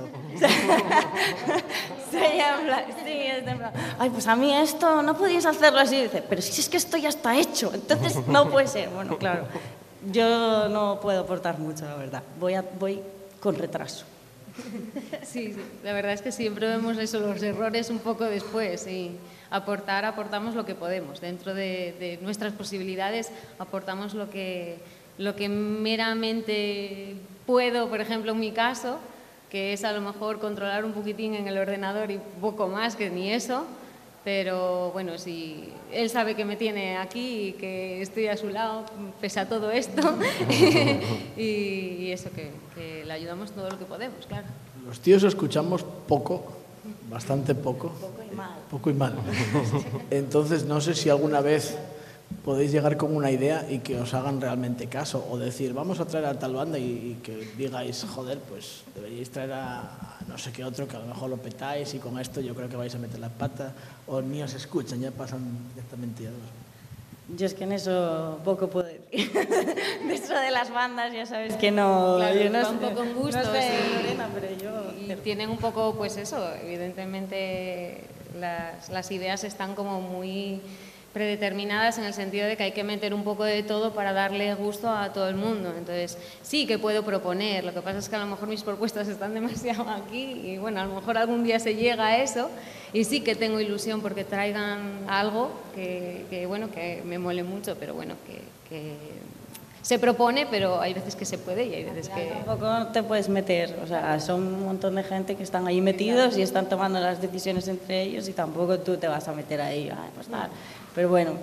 Soy en plan, sí, es de plan, ay, pues a mí esto no podías hacerlo así. Y dice, pero si es que esto ya está hecho, entonces no puede ser. Bueno, claro, yo no puedo aportar mucho, la verdad. Voy, a, voy con retraso. Sí, sí, la verdad es que siempre vemos eso, los errores un poco después y aportar, aportamos lo que podemos. Dentro de, de nuestras posibilidades aportamos lo que, lo que meramente puedo, por ejemplo, en mi caso, que es a lo mejor controlar un poquitín en el ordenador y poco más que ni eso, pero bueno, si él sabe que me tiene aquí y que estoy a su lado, pese a todo esto, y, y eso, que, que le ayudamos todo lo que podemos, claro. Los tíos escuchamos poco, bastante poco. Poco y mal. Poco y mal. Entonces, no sé si alguna vez podéis llegar con una idea y que os hagan realmente caso, o decir, vamos a traer a tal banda y, y que digáis, joder, pues deberíais traer a, a no sé qué otro, que a lo mejor lo petáis y con esto yo creo que vais a meter las patas, o ni os escuchan, ya pasan directamente a dos. Yo es que en eso poco puedo decir. De eso de las bandas ya sabes que no... Claro, yo no va sé, un poco en gustos. no sé, y, Lorena, pero yo... y tienen un poco, pues eso, evidentemente las, las ideas están como muy predeterminadas en el sentido de que hay que meter un poco de todo para darle gusto a todo el mundo. Entonces, sí que puedo proponer, lo que pasa es que a lo mejor mis propuestas están demasiado aquí y bueno, a lo mejor algún día se llega a eso y sí que tengo ilusión porque traigan algo que, que bueno, que me mole mucho, pero bueno, que, que se propone, pero hay veces que se puede y hay veces que... Tampoco te puedes meter, o sea, son un montón de gente que están ahí metidos y están tomando las decisiones entre ellos y tampoco tú te vas a meter ahí, ay, pues nada. Pero bueno.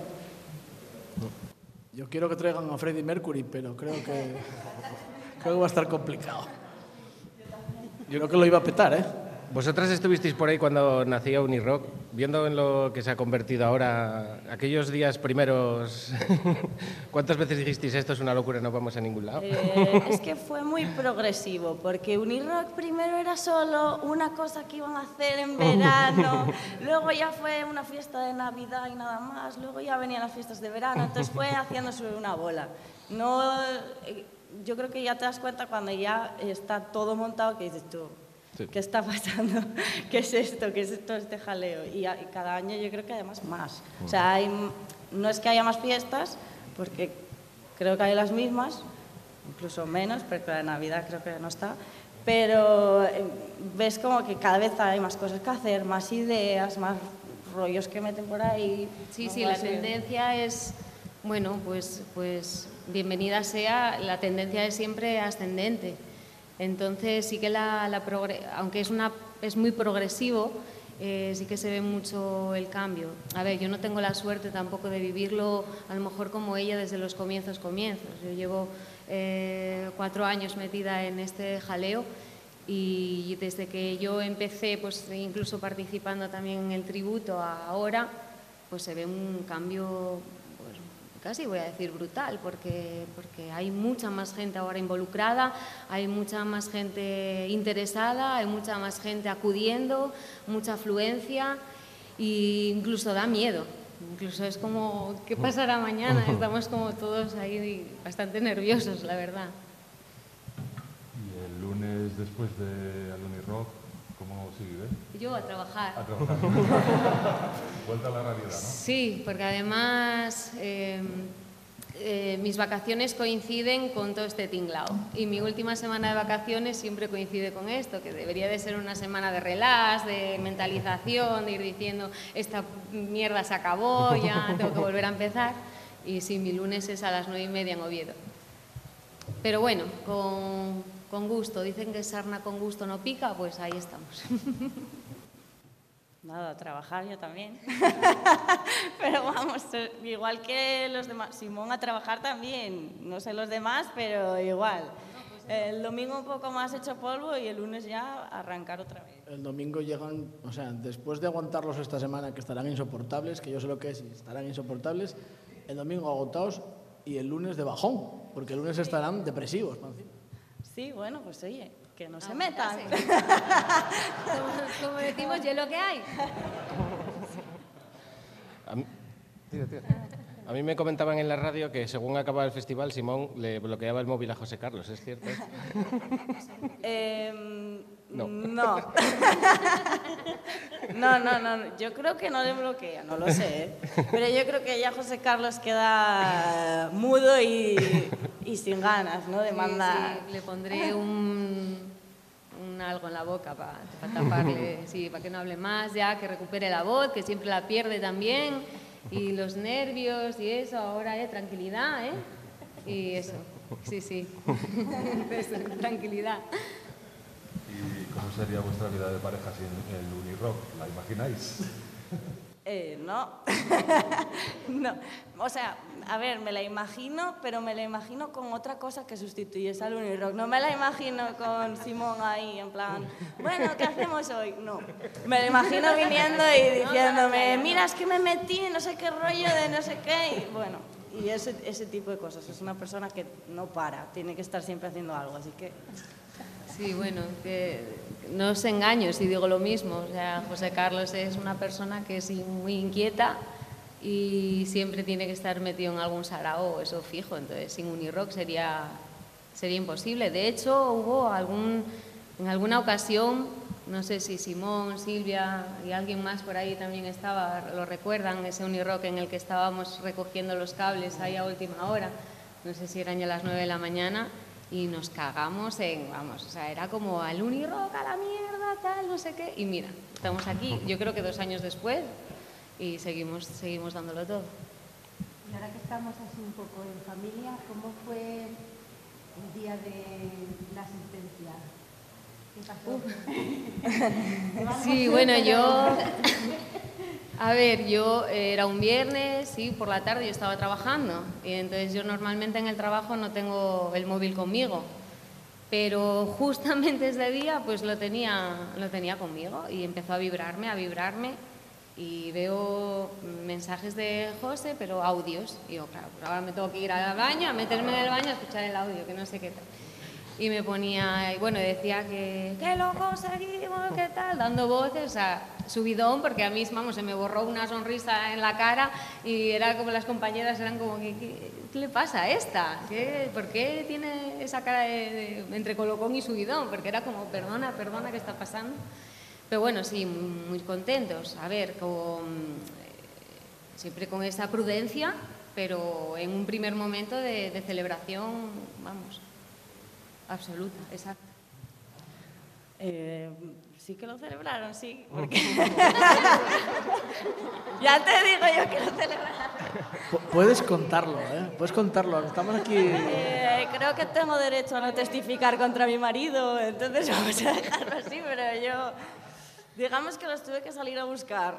Yo quiero que traigan a Freddie Mercury, pero creo que, creo que va a estar complicado. Yo creo que lo iba a petar, ¿eh? Vosotras estuvisteis por ahí cuando nacía Unirock, viendo en lo que se ha convertido ahora, aquellos días primeros, ¿cuántas veces dijisteis esto es una locura, no vamos a ningún lado? Eh, es que fue muy progresivo, porque Unirock primero era solo una cosa que iban a hacer en verano, luego ya fue una fiesta de Navidad y nada más, luego ya venían las fiestas de verano, entonces fue haciéndose una bola. No, yo creo que ya te das cuenta cuando ya está todo montado que dices tú, sí. ¿Qué está pasando? ¿Qué es esto? ¿Qué es todo este jaleo? Y, a, y cada año yo creo que además más. O sea, hay, no es que haya más fiestas, porque creo que hay las mismas, incluso menos, porque la de Navidad creo que no está, pero eh, ves como que cada vez hay más cosas que hacer, más ideas, más rollos que meten por ahí. Sí, no sí, la tendencia es, bueno, pues, pues bienvenida sea, la tendencia es siempre ascendente. Entonces sí que la, la progre- aunque es, una, es muy progresivo, eh, sí que se ve mucho el cambio. A ver, yo no tengo la suerte tampoco de vivirlo a lo mejor como ella desde los comienzos, comienzos. Yo llevo eh, cuatro años metida en este jaleo y desde que yo empecé, pues incluso participando también en el tributo a ahora, pues se ve un cambio, pues, casi voy a decir brutal, porque, porque hay mucha más gente ahora involucrada, hay mucha más gente interesada, hay mucha más gente acudiendo, mucha afluencia e incluso da miedo. Incluso es como, ¿qué pasará mañana? Estamos como todos ahí bastante nerviosos, la verdad. Y el lunes después de Alunirock, ¿cómo se vive? Yo a trabajar. A trabajar. Vuelta a la realidad, ¿no? Sí, porque además eh, eh, mis vacaciones coinciden con todo este tinglao. Y mi última semana de vacaciones siempre coincide con esto, que debería de ser una semana de relax, de mentalización, de ir diciendo, esta mierda se acabó, ya tengo que volver a empezar. Y sí, mi lunes es a las nueve y media en Oviedo. Pero bueno, con, con gusto. Dicen que sarna con gusto no pica, pues ahí estamos. Nada, a trabajar yo también. Pero vamos, igual que los demás. Simón a trabajar también. No sé los demás, pero igual. El domingo un poco más hecho polvo y el lunes ya arrancar otra vez. El domingo llegan, o sea, después de aguantarlos esta semana, que estarán insoportables, que yo sé lo que es y estarán insoportables, el domingo agotados y el lunes de bajón, porque el lunes estarán depresivos. ¿No? Sí, bueno, pues oye, que no se metan. Como, como decimos, yo lo que hay. A mí, tira, tira. A mí me comentaban en la radio que según acababa el festival, Simón le bloqueaba el móvil a José Carlos, ¿es cierto? Eh, no. No. no, no, no, yo creo que no le bloquea, no lo sé, ¿eh? Pero yo creo que ya José Carlos queda mudo y, y sin ganas, ¿no? De mandar. Sí, sí, le pondré un, un algo en la boca para pa taparle, sí, para que no hable más, ya que recupere la voz, que siempre la pierde también. Y los nervios y eso, ahora, ¿eh? Tranquilidad, ¿eh? Y eso, sí, sí, eso, tranquilidad. ¿Y cómo sería vuestra vida de pareja sin el Unirock? ¿La imagináis? Eh, no. No. O sea, a ver, me la imagino, pero me la imagino con otra cosa que sustituyes al Unirock. No me la imagino con Simón ahí, en plan, bueno, ¿qué hacemos hoy? No. Me la imagino viniendo y diciéndome, mira, es que me metí en no sé qué rollo de no sé qué. Y bueno, y ese, ese tipo de cosas. Es una persona que no para, tiene que estar siempre haciendo algo, así que... Sí, bueno, que no os engaño si digo lo mismo. O sea, José Carlos es una persona que es muy inquieta y siempre tiene que estar metido en algún sarao, eso fijo. Entonces, sin Unirock sería, sería imposible. De hecho, hubo algún, en alguna ocasión, no sé si Simón, Silvia y alguien más por ahí también estaba, lo recuerdan, ese Unirock en el que estábamos recogiendo los cables ahí a última hora. No sé si eran ya las nueve de la mañana. Y nos cagamos en, vamos, o sea, era como al Unirock, a la mierda, tal, no sé qué. Y mira, estamos aquí, yo creo que dos años después, y seguimos, seguimos dándolo todo. Y ahora que estamos así un poco en familia, ¿cómo fue el día de la sentencia? ¿Qué pasó? Sí, bueno, yo... A ver, yo eh, era un viernes, sí, por la tarde yo estaba trabajando y entonces yo normalmente en el trabajo no tengo el móvil conmigo, pero justamente ese día pues lo tenía, lo tenía conmigo y empezó a vibrarme, a vibrarme y veo mensajes de José, pero audios. Y yo, claro, pues ahora me tengo que ir al baño, a meterme en el baño a escuchar el audio, que no sé qué tal. Y me ponía, y bueno, decía que, que lo conseguimos, qué tal, dando voces, o sea, subidón, porque a mí, vamos, se me borró una sonrisa en la cara y era como las compañeras eran como, ¿qué, qué, qué le pasa a esta? ¿Qué, ¿Por qué tiene esa cara de, de, entre colocón y subidón? Porque era como, perdona, perdona, ¿qué está pasando? Pero bueno, sí, muy contentos, a ver, con, siempre con esa prudencia, pero en un primer momento de, de celebración, vamos, absoluta, exacto. Eh, sí que lo celebraron, sí. Porque... ya te digo yo que lo celebraron. Puedes contarlo, ¿eh? Puedes contarlo. Estamos aquí... Eh, creo que tengo derecho a no testificar contra mi marido, entonces vamos a dejarlo así, pero yo... Digamos que los tuve que salir a buscar.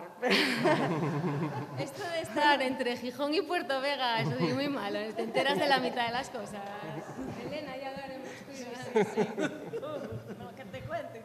Esto de estar entre Gijón y Puerto Vega, eso es muy malo. Te enteras de la mitad de las cosas. Elena, ya hablaremos tú y yo. Sí, sí. Uh, no, que te cuente.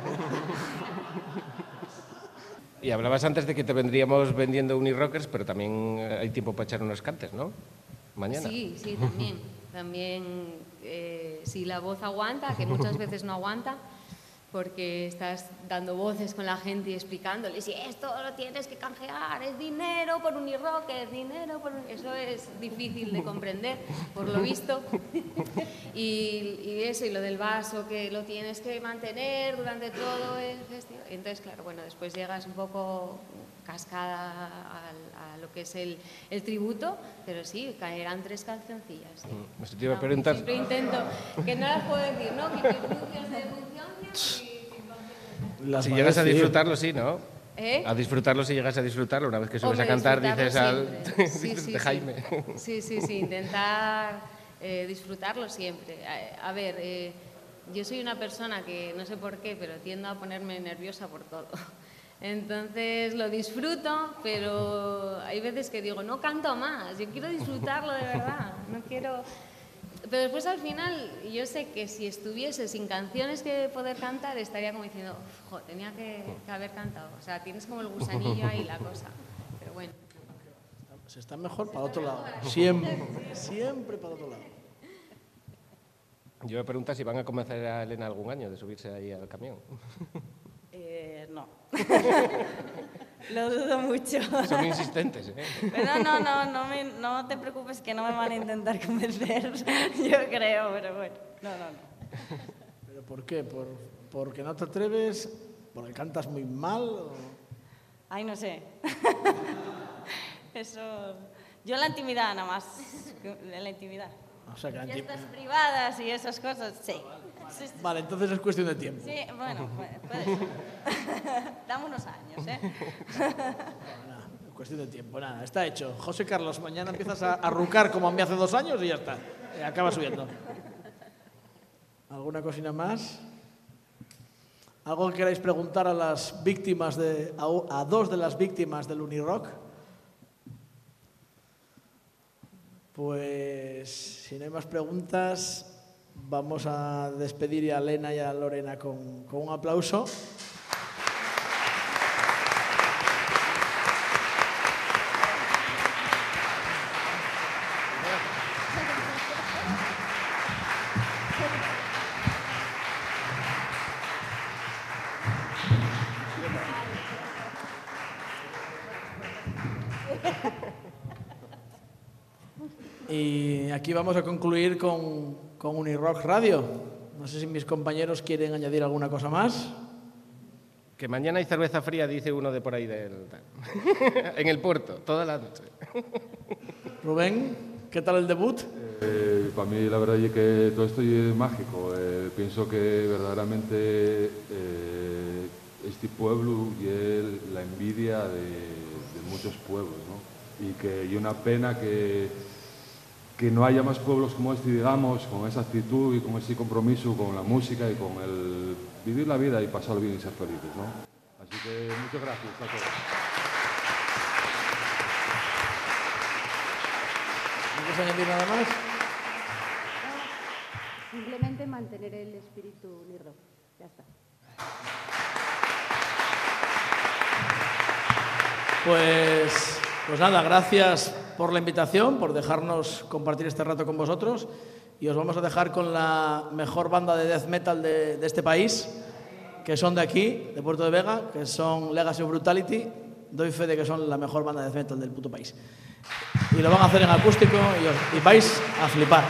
Y hablabas antes de que te vendríamos vendiendo Unirockers, pero también hay tiempo para echar unos cantes, ¿no? Mañana. Sí, sí, también. También, eh, si la voz aguanta, que muchas veces no aguanta, porque estás dando voces con la gente y explicándoles y esto lo tienes que canjear, es dinero por Unirockers, dinero por... Eso es difícil de comprender, por lo visto. Y, y eso, y lo del vaso, que lo tienes que mantener durante todo el festival. Entonces, claro, bueno, después llegas un poco cascada a, a lo que es el, el tributo, pero sí, caerán tres cancioncillas. Sí. Mm, me te iba a preguntar... Siempre intento, que no las puedo decir, ¿no? Que mis anuncios de función... Las si llegas a disfrutarlo, sí, ¿no? ¿Eh? A disfrutarlo si llegas a disfrutarlo. Una vez que subes Hombre, a cantar, dices al sí, dices sí, de sí. Jaime. Sí, sí, sí, intentar eh, disfrutarlo siempre. A, a ver, eh, yo soy una persona que, no sé por qué, pero tiendo a ponerme nerviosa por todo. Entonces lo disfruto, pero hay veces que digo, no canto más, yo quiero disfrutarlo de verdad, no quiero... Pero después al final yo sé que si estuviese sin canciones que poder cantar estaría como diciendo, jo, tenía que, que haber cantado. O sea, tienes como el gusanillo ahí la cosa. Pero bueno. Se está mejor para otro lado. Siempre, siempre para otro lado. Yo me pregunto si van a convencer a Elena algún año de subirse ahí al camión. Eh, no. Lo dudo mucho. Son insistentes, ¿eh? Pero no, no, no, me, no te preocupes que no me van a intentar convencer, yo creo, pero bueno, no, no, no. ¿Pero por qué? ¿Por, ¿Porque no te atreves? ¿Porque cantas muy mal? O... Ay, no sé. Eso... Yo en la intimidad nada más, en la intimidad. O sea, que la Fiestas privadas y esas cosas, sí. Sí, sí. Vale, entonces es cuestión de tiempo. Sí, bueno, puede, puede ser. Dame unos años, ¿eh? Nada, cuestión de tiempo, nada, está hecho. José Carlos, mañana empiezas a arrucar como a mí hace dos años y ya está. Eh, acaba subiendo. ¿Alguna cosina más? ¿Algo que queráis preguntar a las víctimas, de, a, a dos de las víctimas del Unirock? Pues si no hay más preguntas, vamos a despedir a Elena y a Lorena con, con un aplauso. Y aquí vamos a concluir con, con Unirock Radio. No sé si mis compañeros quieren añadir alguna cosa más. Que mañana hay cerveza fría, dice uno de por ahí del... en el puerto, toda la noche. Rubén, ¿qué tal el debut? Eh, para mí la verdad es que todo esto es mágico. Eh, pienso que verdaderamente eh, este pueblo es la envidia de, de muchos pueblos, ¿no? Y que hay una pena que, que no haya más pueblos como este, digamos, con esa actitud y con ese compromiso con la música y con el vivir la vida y pasarlo bien y ser felices, ¿no? Así que muchas gracias a todos. ¿No quieres añadir nada más? Simplemente mantener el espíritu Unirock. Ya está. Pues, pues nada, gracias por la invitación, por dejarnos compartir este rato con vosotros. Y os vamos a dejar con la mejor banda de death metal de, de este país, que son de aquí, de Puerto de Vega, que son Legacy of Brutality. Doy fe de que son la mejor banda de death metal del puto país. Y lo van a hacer en acústico y, os, y vais a flipar.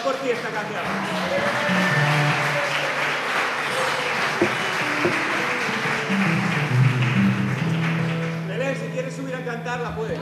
va por ti esta canción. Belén, si quieres subir a cantar, la puedes.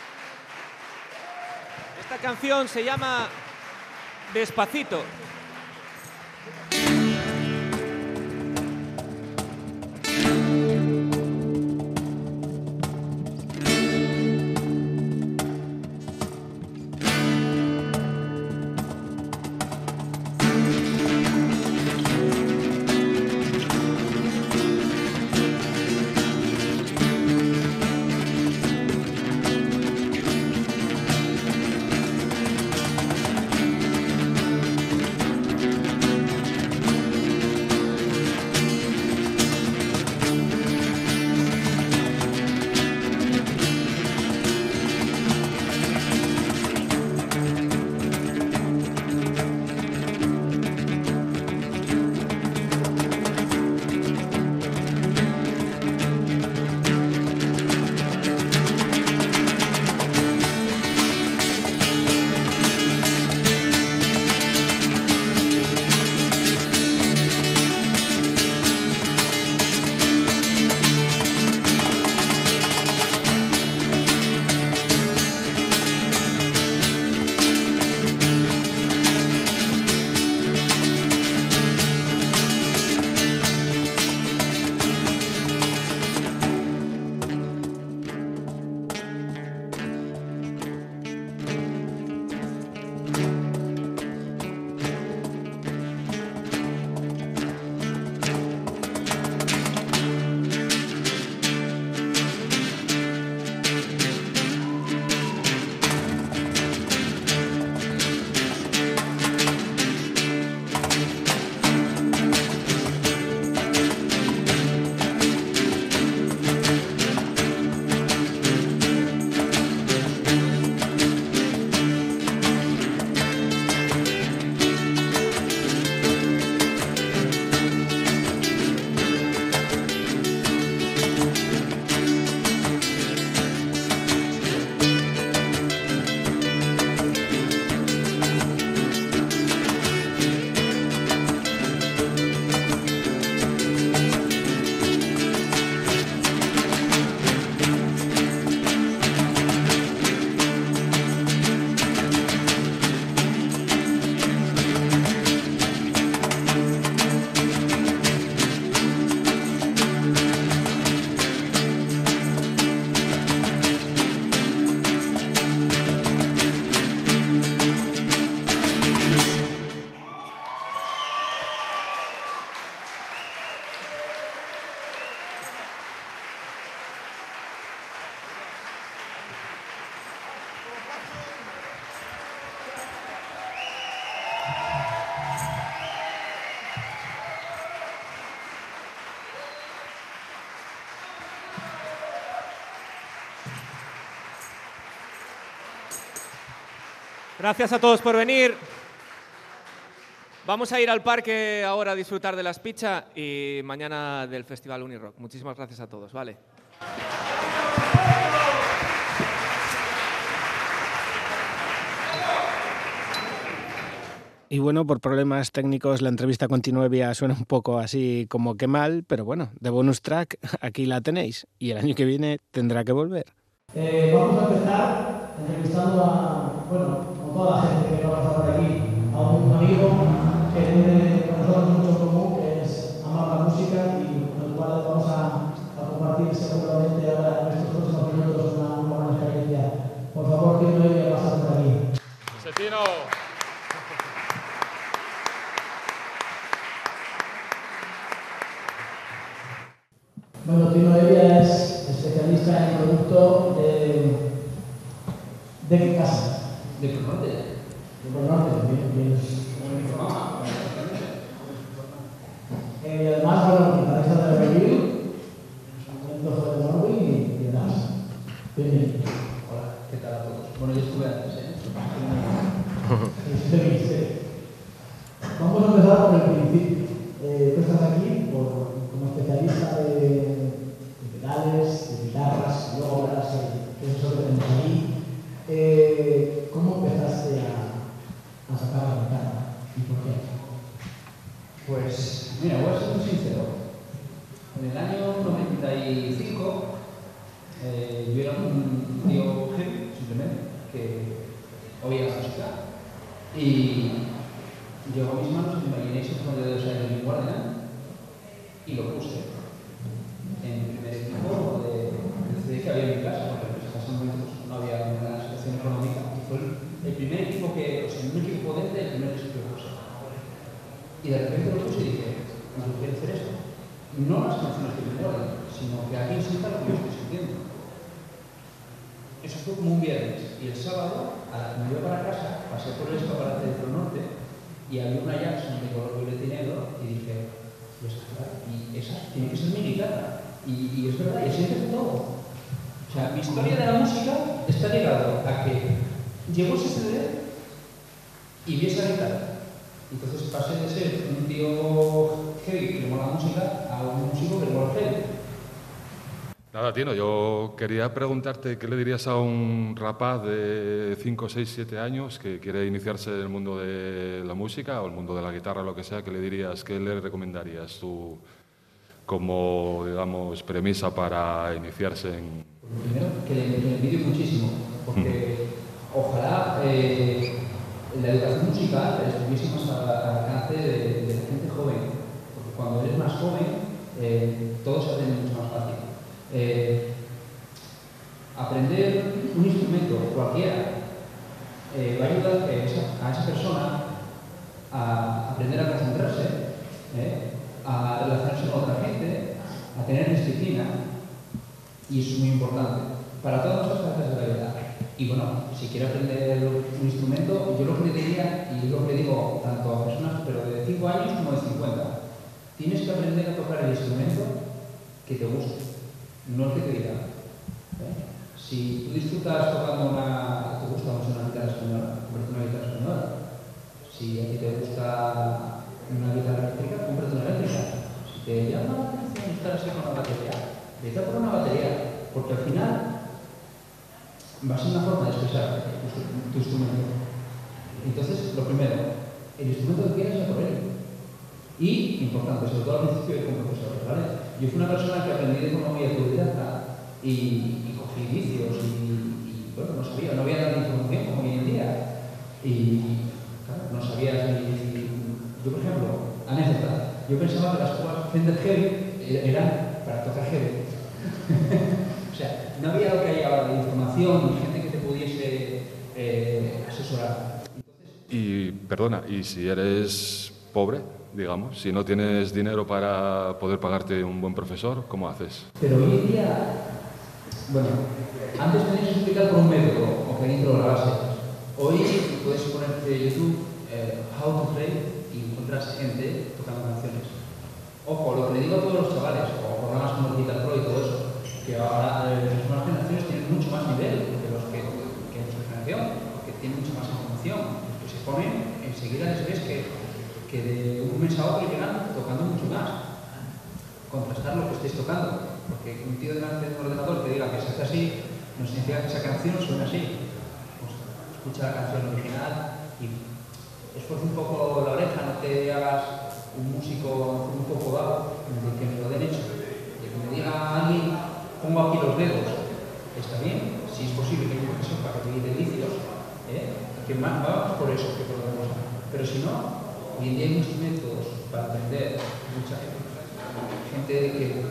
Esta canción se llama Despacito. Gracias a todos por venir. Vamos a ir al parque ahora a disfrutar de las pizzas y mañana del Festival Unirock. Muchísimas gracias a todos, ¿vale? Y bueno, por problemas técnicos la entrevista con Tinuevia suena un poco así como que mal, pero bueno, de bonus track aquí la tenéis y el año que viene tendrá que volver. Eh, vamos a empezar entrevistando a, bueno, con toda la gente que va a pasar por aquí, a un amigo que tiene con nosotros mucho en común, que es amar la música y con el cual vamos a, a compartir seguramente ahora en estos próximos minutos una, una buena experiencia. Por favor, Tinuevia, pasar por aquí. Setino. Bueno, Tinuevia es especialista en producto de... ¿De qué casa? De Pronorte. De Pronorte, bien, bien. Eh, y además, bueno, guitarrista de Reveal, instrumento de Norby y demás. Bienvenido. Hola, ¿qué tal a todos? Bueno, yo estuve antes, ¿eh? Sí, sí. Vamos a empezar por el principio. Eh, tú estás aquí por, como especialista de, de pedales, de guitarras, luego hablarás de eso que tenemos ahí. Eh, ¿Cómo empezaste a, a sacar la guitarra y por qué? Pues, mira, voy a ser muy sincero. En el año noventa y cinco eh, yo era un tío heavy, simplemente, que oía la música y llegó a mis manos el Imagination from the Other Side of New Guardian y lo puse en el primer equipo de, de C D que había en mi casa, porque en ese momento pues, no había una situación económica. Y fue el, el primer equipo que, o sea, un equipo potente, el primer equipo que puse. Y de repente lo puse y dije, no quiero hacer esto. No las canciones que me guardan, sino que alguien sienta lo que yo estoy sintiendo. Eso fue como un viernes. Y el sábado, a la que me iba para casa, pasé por el escaparate de Pro Norte y había una Jackson de color violeta y negro y dije, pues claro, y esa tiene que ser mi guitarra. Y, y es verdad, y siempre todo. O sea, mi historia de la música está ligada a que llegó ese C D y vi esa guitarra. Entonces pasé de ser un tío heavy que le mola la música a un músico que le mola el heavy. Nada, Tino, yo quería preguntarte qué le dirías a un rapaz de cinco, seis, siete años que quiere iniciarse en el mundo de la música o el mundo de la guitarra o lo que sea, ¿qué le dirías, qué le recomendarías tú como, digamos, premisa para iniciarse en...? Primero, que le, que le envidio muchísimo, porque mm. ojalá eh, la educación musical estuviese más al alcance de, de la gente joven, porque cuando eres más joven eh, todo se hace mucho más fácil. Eh, aprender un instrumento cualquiera eh, va a ayudar a esa, a esa persona a aprender a concentrarse, eh, a relacionarse con otra gente, a tener disciplina, y eso es muy importante para todas las fases de la vida. Y bueno, si quiere aprender un instrumento, yo lo que le diría, y es lo que digo tanto a personas pero de cinco años como de cincuenta, tienes que aprender a tocar el instrumento que te guste. No es que te diga. ¿eh? Si tú disfrutas tocando una... te gusta mucho una guitarra española, cómprate una guitarra española. Si a ti te gusta una guitarra eléctrica, cómprate una eléctrica. Si te llama la atención estar así con la batería, vete a por una batería, porque al final va a ser una forma de expresar tu, tu instrumento. Entonces, lo primero, el instrumento que quieras es por él. Y, importante, sobre todo al principio y como profesor, ¿vale? Yo fui una persona que aprendí de economía autodidacta y, y cogí inicios y, y, bueno, no sabía, no había tanta información como hoy en día. Y, claro, no sabía si... Yo, por ejemplo, anécdota, yo pensaba que las cosas Fender Heavy eran para tocar heavy. O sea, no había lo que hay ahora de información ni gente que te pudiese eh, asesorar. Entonces, y, perdona, ¿y si eres pobre? Digamos, si no tienes dinero para poder pagarte un buen profesor, ¿cómo haces? Pero hoy en día, bueno, antes tenías que explicar por un método, o que dentro de la base. Hoy puedes ponerte en YouTube eh, How to Play y encontrarás gente tocando canciones. Ojo, lo que le digo a todos los chavales, o programas como el Guitar Pro y todo eso, que ahora eh, las nuevas generaciones tienen mucho más nivel que los que, que nuestra generación, porque tienen mucha más información. Los que se ponen, enseguida les ves que que de un mes a otro llegan tocando mucho más. Contrastar lo que estéis tocando, porque un tío delante de un ordenador que diga que se hace así, no significa que esa canción suene así. Pues, escucha la canción original y esfuerza un poco la oreja, no te hagas un músico un poco vago, de que me lo den hecho. De que me diga alguien, pongo aquí los dedos, está bien, si es posible que haya un profesor para que te guíe delicios, ¿eh? que más vamos por eso que por otra cosa. Pero si no, hoy en día hay muchos métodos para aprender, mucha gente que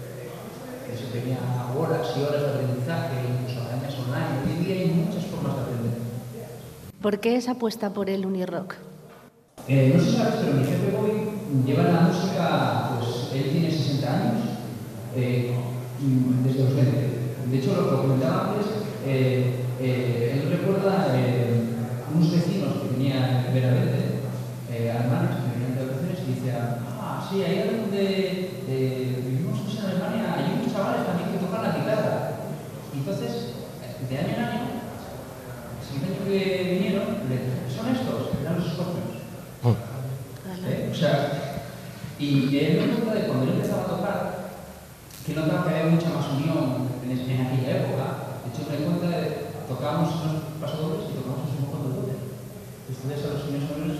desempeña horas y horas de aprendizaje, incluso academias online. Hoy en día hay muchas formas de aprender. ¿Por qué esa apuesta por el Unirock? Eh, no sé si sabes, pero mi jefe hoy lleva la música, pues él tiene sesenta años, eh, desde los veinte. De hecho, lo que comentaba antes, eh, eh, él recuerda eh, unos vecinos que tenía en Veramente, Eh, alemanes que venían de vacaciones y decían, ah, sí, ahí donde eh, vivimos en Alemania hay unos chavales también que tocan la guitarra. Y entonces, de año en año, siempre que vinieron, le decían, son estos, eran los escorpios. Oh. ¿Eh? O sea, y él me cuenta de cuando él empezaba a tocar, que notaba que había mucha más unión en, en aquella época. De hecho, me cuenta de tocábamos en los pasadores y tocábamos en un montón de botes. Ustedes a los niños jóvenes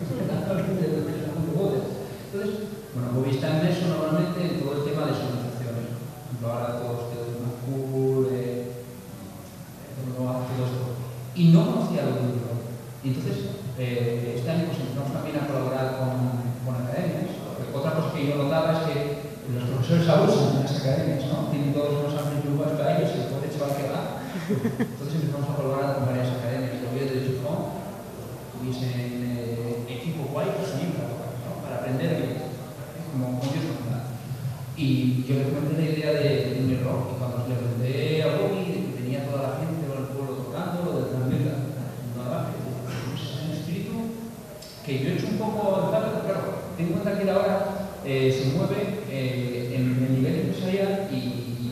entonces, bueno, Bobby está inmerso normalmente en todo el tema de sonorizaciones. Por ejemplo, ahora todos ustedes más cool, eh, todo esto. Y no conocía lo de Unirock. Y entonces, Eh, este año pues empezamos también a colaborar con, con academias. Otra cosa que yo notaba es que los profesores abusan en las academias, ¿no? Tienen todos unos amplios lugares para ellos y el pobre chaval que va. Entonces empezamos a colaborar con varias academias. Lo que de Chufón, tuviesen eh, equipo guay, pues también para tocar, ¿no? Para aprender como, como Dios nos da. Y yo le comenté la idea de, de un rock y cuando le pregunté a Bobby de que tenía toda la gente con el pueblo tocando, lo del Tranvía, no abajo, es un espíritu que yo he hecho un poco avanzado, pero claro, ten en cuenta que la hora eh, se mueve eh, en el nivel empresarial y, y,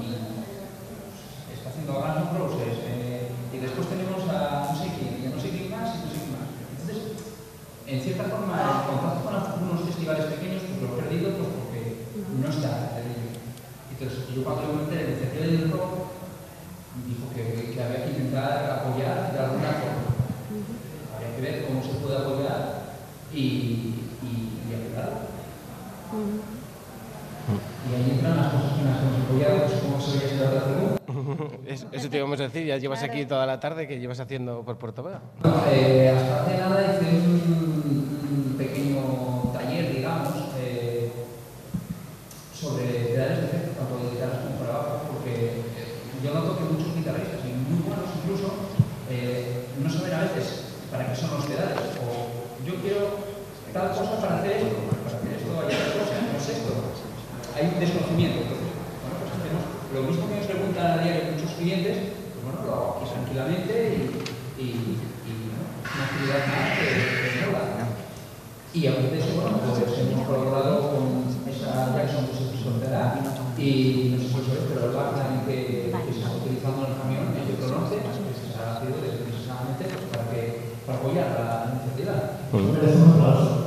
y está haciendo grandes process eh, y después tenemos a no sé quién, y a no sé quién más y no sé quién más. Entonces, en cierta forma, el contacto con algunos festivales pequeños, pues lo he perdido pues, porque no está el nivel. Entonces, yo cuando me enteré del Festival del Rock, dijo que, que había que intentar apoyar de alguna forma. Había que ver cómo se puede apoyar y, y, y ayudar. Uh-huh. Y ahí entran las cosas que nos hemos apoyado, pues cómo se veía esta otra pregunta. Eso te íbamos a decir, ya llevas aquí toda la tarde, ¿qué llevas haciendo por Puerto Vega? No, eh, hasta hace nada hice un, un pequeño taller, digamos, eh, sobre pedales de efecto, tanto de guitarras como para bajo, porque yo noto que muchos guitarristas, y muy buenos incluso, eh, no saben a veces para qué son los pedales, o yo quiero tal cosa para hacer esto, para hacer esto, hay otra cosa, no es esto. Hay un desconocimiento. Entonces, bueno, pues hacemos lo mismo que nos preguntan a diario muchos clientes, pues bueno, lo hago aquí tranquilamente y, y, y bueno, una actividad más que, que mola. Y a veces, bueno, pues hemos colaborado con esa Jackson que se soltará y no sé si es, pero el backline que, que se está utilizando en el camión es de Pronorte, que se ha sido precisamente pues, para, que, para apoyar la iniciativa. Pues merece un aplauso.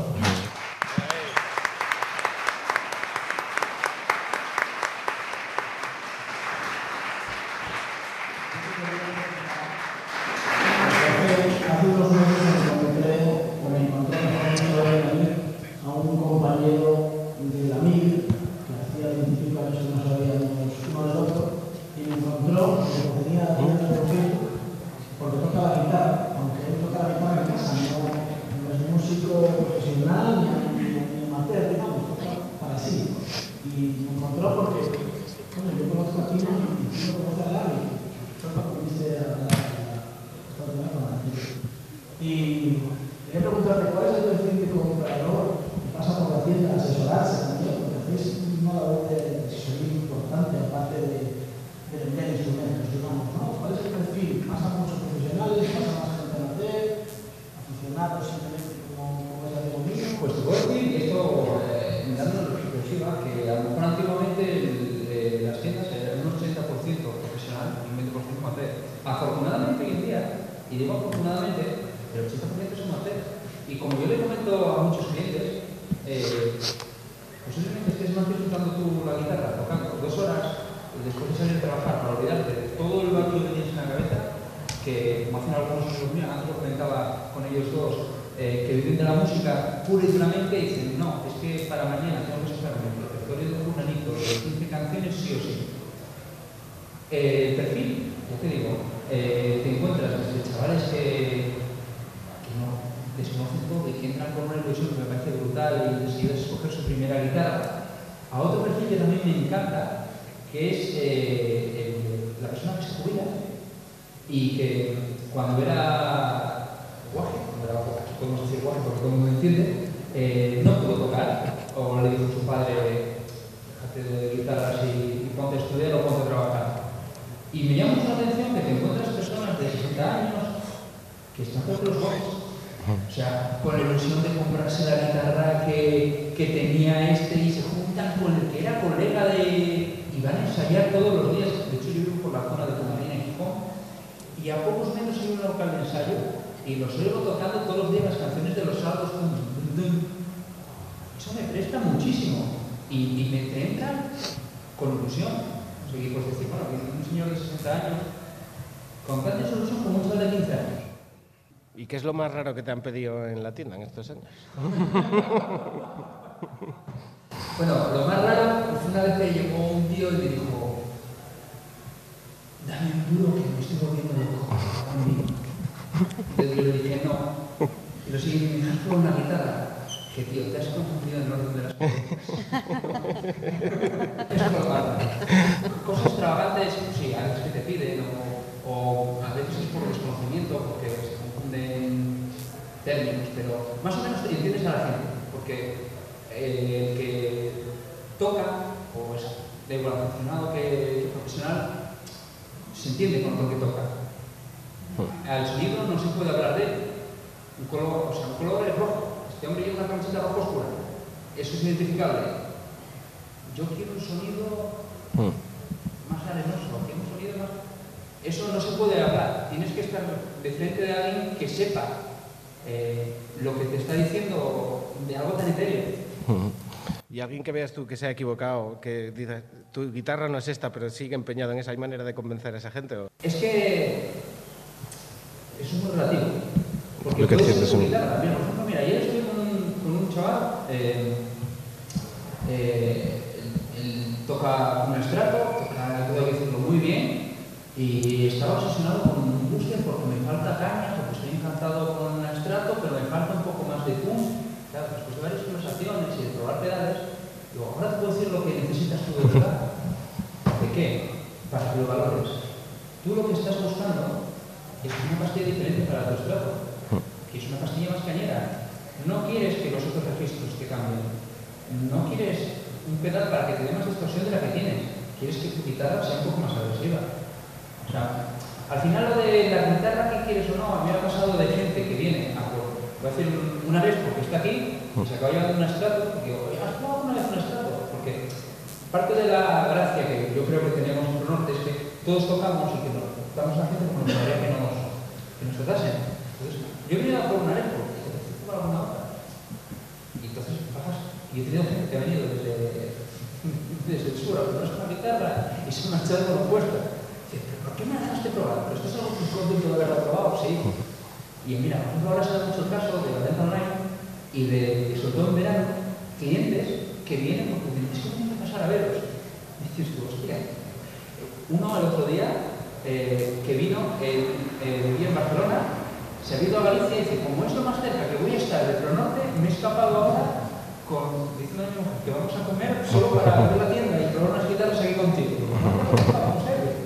¿Y qué es lo más raro que te han pedido en la tienda en estos años? Bueno, lo más raro fue una vez que llegó un tío y me dijo: dame un duro que me estoy volviendo loco. Y yo le dije: no, que tío, te has confundido en el orden de las cosas. Eso no pasa. Cosas extravagantes, sí, a veces que te piden, o, o a veces es por desconocimiento, porque se confunden términos, pero más o menos te entiendes a la gente, porque eh, el que toca, o es de igual aficionado que, que profesional, se entiende con lo que toca. Al sonido no se puede hablar de él. Un color, o sea, un color es rojo. Este hombre lleva una camiseta rojo oscura. Eso es identificable. Yo quiero un sonido más arenoso, quiero un sonido más... Eso no se puede hablar. Tienes que estar de frente de alguien que sepa eh, lo que te está diciendo de algo tan etéreo. Y alguien que veas tú que se ha equivocado, que dice, tu guitarra no es esta, pero sigue empeñado en esa, ¿hay manera de convencer a esa gente? ¿O? Es que eso es muy relativo. Porque Lo que puede ser entiendes tu un- guitarra. Mira, por ejemplo, mira, ayer estuve con un, con un chaval, eh, eh, él, él toca un estrato, toca, tengo que decirlo, muy bien, y estaba obsesionado con un booster porque me falta caña, porque estoy encantado con un estrato, pero me falta un poco más de punch. Claro, después de varias conversaciones y de probar pedales, digo, ahora te puedo decir lo que necesitas tú de tocar. ¿De qué? Para que lo valores. Tú lo que estás buscando es una pastilla diferente para tu estrato, que es una pastilla más cañera. No quieres que los otros registros te cambien. No quieres un pedal para que te dé más distorsión de la que tienes. Quieres que tu guitarra sea un poco más agresiva. O sea, al final lo de la guitarra que quieres o no, a mí me ha pasado de gente que viene a por, voy a hacer una vez porque está aquí, y se acaba llevando un estrato, y digo, oye, ¿has probado una vez un estrato? Porque parte de la gracia que yo creo que teníamos en Pronorte es que todos tocamos y que nos damos a la gente como nos gustaría que nos, que nos tocasen. Entonces, yo he venido a por un arepo, y te decía, alguna otra. Y entonces bajas, y he tenido gente que ha venido desde, desde el sur a ponerse una guitarra y se me ha echado por puesta. Dice, ¿pero por qué me dejaste probar? ¿Pero esto es algo que estoy contento de haberlo probado? Sí. Y mira, por ejemplo, ahora se da mucho el caso de la venta online y de, sobre todo en verano, clientes que vienen porque dicen, es que tengo que pasar a veros. Y dices tú, hostia, uno el otro día eh, que vino, eh, eh, vivía en Barcelona, se ha ido a Galicia y dice, como es lo más cerca que voy a estar del Pronorte, me he escapado ahora con, diciendo a mi mujer que vamos a comer solo para ver la tienda y probar unas guitarras aquí contigo. Vamos a ver.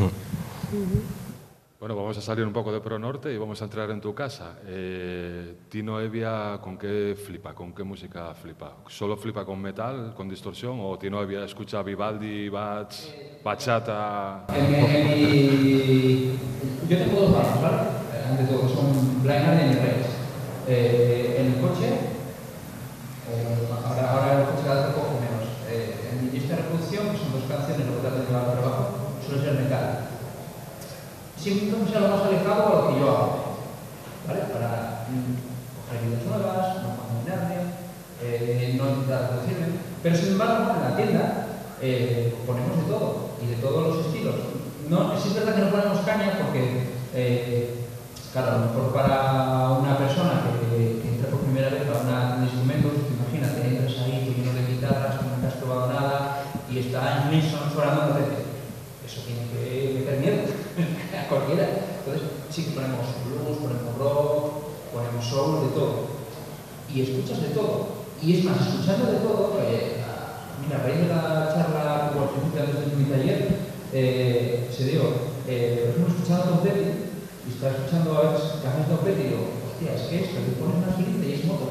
Bueno, vamos a salir un poco de Pro Norte y vamos a entrar en tu casa. Eh, Tino Evia, ¿con qué flipa? ¿Con qué música flipa? ¿Solo flipa con metal, con distorsión? ¿O Tino Evia escucha Vivaldi, Bach, bachata? En, en mi... Yo tengo dos bandas, ¿vale? Ante todo, son Blind Guardian y Reyes. Eh, en el coche, eh, ahora, ahora el coche cada vez cojo menos. Eh, en mi lista de reproducción, que son dos canciones, lo que trato de llevar por abajo, suele ser metal. Siempre que sea lo más alejado a lo que yo hago, ¿vale? Para mm, coger ideas nuevas, no contaminarme, eh, no intentar reducirme. Pero sin embargo, en la tienda eh, ponemos de todo y de todos los estilos. No, es verdad que no ponemos caña porque, eh, claro, a lo mejor para una persona que, que entra por primera vez a una, un instrumento, imagínate, entras ahí lleno de guitarras, no te has probado nada y está en Nilsson sonando una vez. Eso tiene que meter miedo a cualquiera. Entonces, sí que ponemos blues, ponemos rock, ponemos soul, de todo. Y escuchas de todo. Y es más, escuchando de todo, eh, mira, a raíz de la charla por antes de mi taller, eh, se dio, eh, por ejemplo, escuchando a Tom Petty, y estaba escuchando a veces canciones de Tom Petty, y digo, hostia, es que esto, te pones una girita y es moto.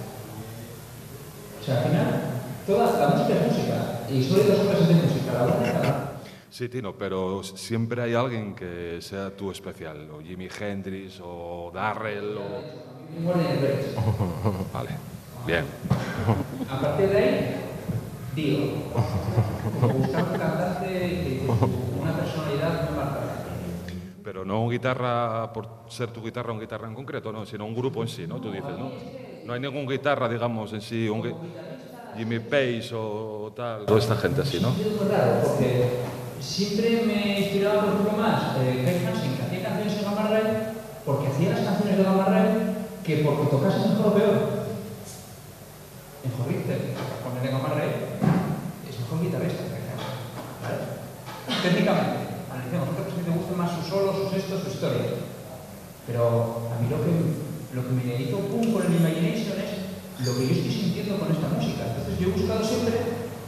O sea, al final, toda la música es música, y solo hay dos clases de música, la buena y la mala. Sí, Tino, pero siempre hay alguien que sea tu especial, o Jimi Hendrix, o Darrell, o... Igual en el Reyes. Vale, bien. A partir de ahí, digo, buscar un cantante que una personalidad muy marcada. Pero no guitarra por ser tu guitarra, una guitarra en concreto, no, sino un grupo en sí, ¿no? Tú dices, ¿no? No hay ninguna guitarra, digamos, en sí, un gui- Jimmy Page o tal, toda esta gente así, ¿no? Es muy raro, porque siempre me inspiraba, por ejemplo, más eh, Kai Hansen, que hacía canciones en Gamma Ray, porque hacía las canciones de Gamma Ray que porque tocase mejor o peor. En Jorrichter, poner en Gamma Ray, es mejor guitarrista que Kai Hansen, ¿vale? Técnicamente, analicemos, otra cosa que te guste más sus solos, sus estos, su historia. Pero a mí lo que, lo que me hizo pum con el Imagination es lo que yo estoy sintiendo con esta música. Entonces yo he buscado siempre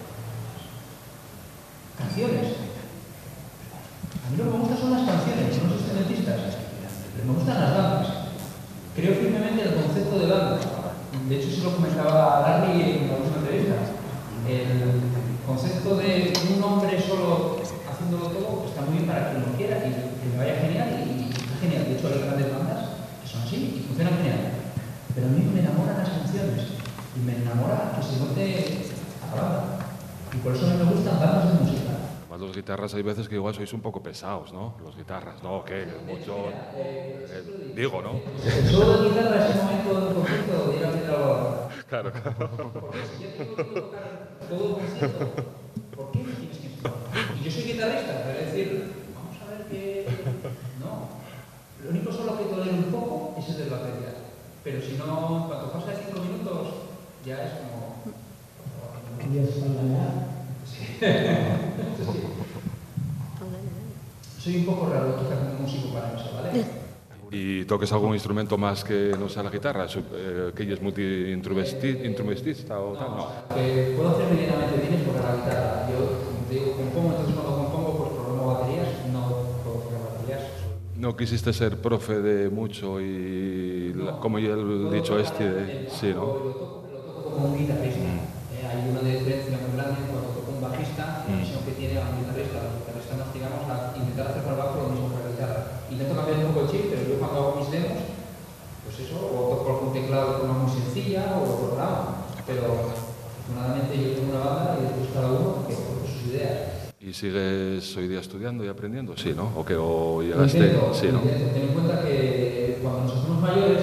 canciones. A mí lo que me gustan son las canciones, no los instrumentistas. Me gustan las bandas. Creo firmemente en el concepto de banda. De hecho, se lo comentaba a Larry en la última entrevista. El concepto de un hombre solo haciéndolo todo está muy bien para quien lo quiera y que le vaya genial y, y está genial. De hecho, hay grandes bandas que son así y funcionan genial. Pero a mí me enamoran las canciones y me enamora que se note a la banda. Y por eso a mí me gustan bandas de música. Además, los guitarras hay veces que igual sois un poco pesados, ¿no? Los guitarras, ¿no? ¿Qué? Mucho... Eh, digo, ¿no? El solo de guitarra es el momento del concierto de ir a aprender a la banda. Claro, claro. Porque si yo tengo que tocar todo el concierto, ¿por qué me tienes que enseñar? Y yo soy guitarrista, pero es decir, vamos a ver qué... No. Lo único solo que tolero un poco es el de la batería. Pero si no, cuando pasa de cinco minutos, ya es como... ¿Querías hablar? Sí. Sí. Soy un poco raro quizá como músico para eso, ¿vale? ¿Y toques algún instrumento más que no sea la guitarra? Eh, ¿Que es multi-instrumentista o tal? No. Que puedo hacer medianamente bien es tocar la guitarra. Yo, como te digo, compongo, entonces cuando compongo, pues programo baterías, no puedo tocar baterías. ¿No quisiste ser profe de mucho y, la, como ya el dicho este, de, sí, ¿no? Lo toco, lo toco como un guitarrista. Eh, hay una diferencia muy grande cuando toco un bajista, la visión que tiene a un guitarrista. Los guitarristas nos digamos a intentar hacer con el bajo lo mismo que la guitarra. Intento cambiar un poco el chip, pero yo cuando hago mis demos, pues eso, o toco algún teclado de forma muy sencilla o lo programo. Pero afortunadamente yo tengo una banda y después cada uno que con sus ideas. ¿Y sigues hoy día estudiando y aprendiendo? Sí, ¿no? ¿O, que, o llegaste? Intento, sí, ¿no? Intento. Ten en cuenta que cuando nos hacemos mayores,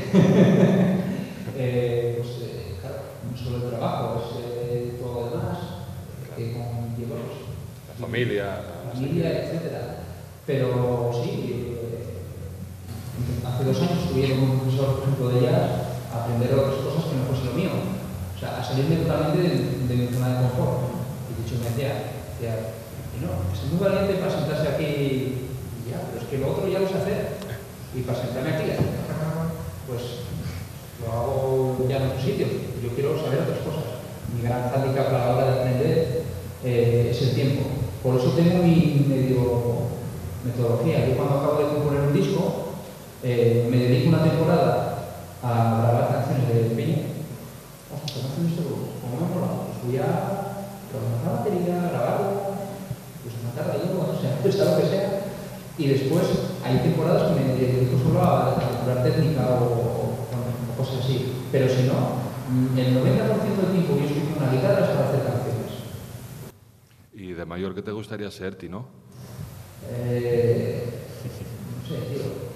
eh, pues eh, claro, no solo el trabajo, es eh, todo lo demás, que conlleva pues, la familia, la familia, etcétera. Pero sí, eh, hace dos años estuve con un profesor, por ejemplo, de jazz, a aprender otras cosas que no fuese lo mío. O sea, a salirme totalmente de, de mi zona de confort. Y de hecho me decía, decía y no, es muy valiente para sentarse aquí y ya, pero es que lo otro ya lo sé hacer. Y para sentarme aquí, pues lo hago ya en otro sitio. Yo quiero saber otras cosas. Mi gran hándicap a la hora de aprender eh, es el tiempo. Por eso tengo mi medio metodología. Yo cuando acabo de componer un disco, eh, me dedico una temporada a grabar canciones de Peña. Ostras, ¿cómo hacen esto? ¿Cómo me ha molado? Pues voy a programar la batería, grabarla, pues una tarde ahí, o sea, pues a lo que sea. Y después hay temporadas que me dedico solo a calcular técnica o, o, o cosas así. Pero si no, el noventa por ciento del tiempo que yo estoy con una guitarra es para hacer canciones. ¿Y de mayor qué te gustaría ser, Tino? Eh, no sé, tío.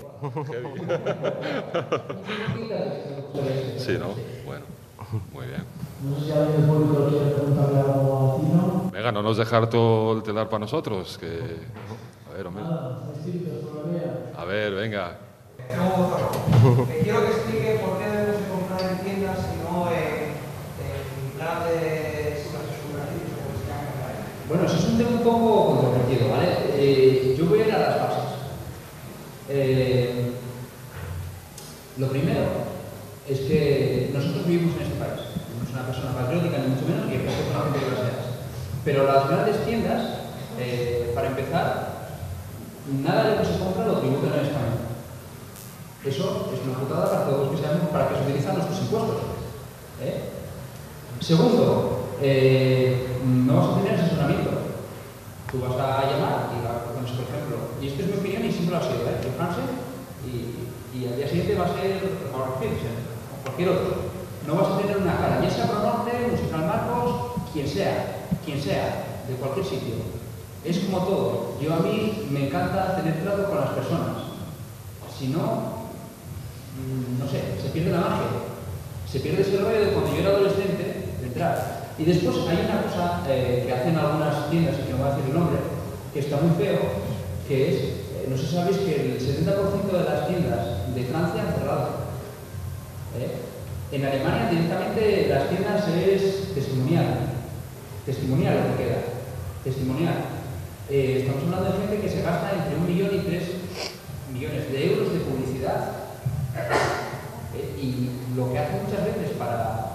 Sí, ¿no? Bueno, muy bien. No sé si alguien del público quiere preguntarle algo a Tino. Venga, no nos dejar todo el telar para nosotros, que... A ver, hombre. A ver, venga. Te quiero que explique por qué debemos de comprar en tiendas y no en, en plan de supermercados como se llama. Bueno, eso es un tema un poco controvertido, ¿vale? Eh, yo voy a ir a las bases. Eh, lo primero es que nosotros vivimos en este país. No es una persona patriótica, ni mucho menos, y el respeto a la gente de las ideas. Pero las grandes tiendas, eh, para empezar, nada de lo que se compra lo tributan en España. Eso es una putada para todos los que sabemos para qué se utilizan nuestros impuestos. ¿eh? Segundo, eh, no vas a tener asesoramiento. Tú vas a llamar y la, por ejemplo, y esto es mi opinión y siempre lo ha sido, ¿eh? Yo France, y, y al día siguiente va a ser Power Philipsen o cualquier otro. No vas a tener una cara, ya sea Pronorte, Musical Marcos, quien sea, quien sea, de cualquier sitio. Es como todo. Yo a mí me encanta tener trato con las personas. Si no, no sé, se pierde la magia. Se pierde ese rollo de cuando yo era adolescente, de entrar. Y después hay una cosa eh, que hacen algunas tiendas, y que no voy a decir el nombre, que está muy feo, que es, eh, no sé si sabéis que el setenta por ciento de las tiendas de Francia han cerrado. ¿Eh? En Alemania directamente las tiendas es testimonial. Testimonial lo que queda. Testimonial. Eh, estamos hablando de gente que se gasta entre un millón y tres millones de euros de publicidad. Eh, y lo que hace muchas veces para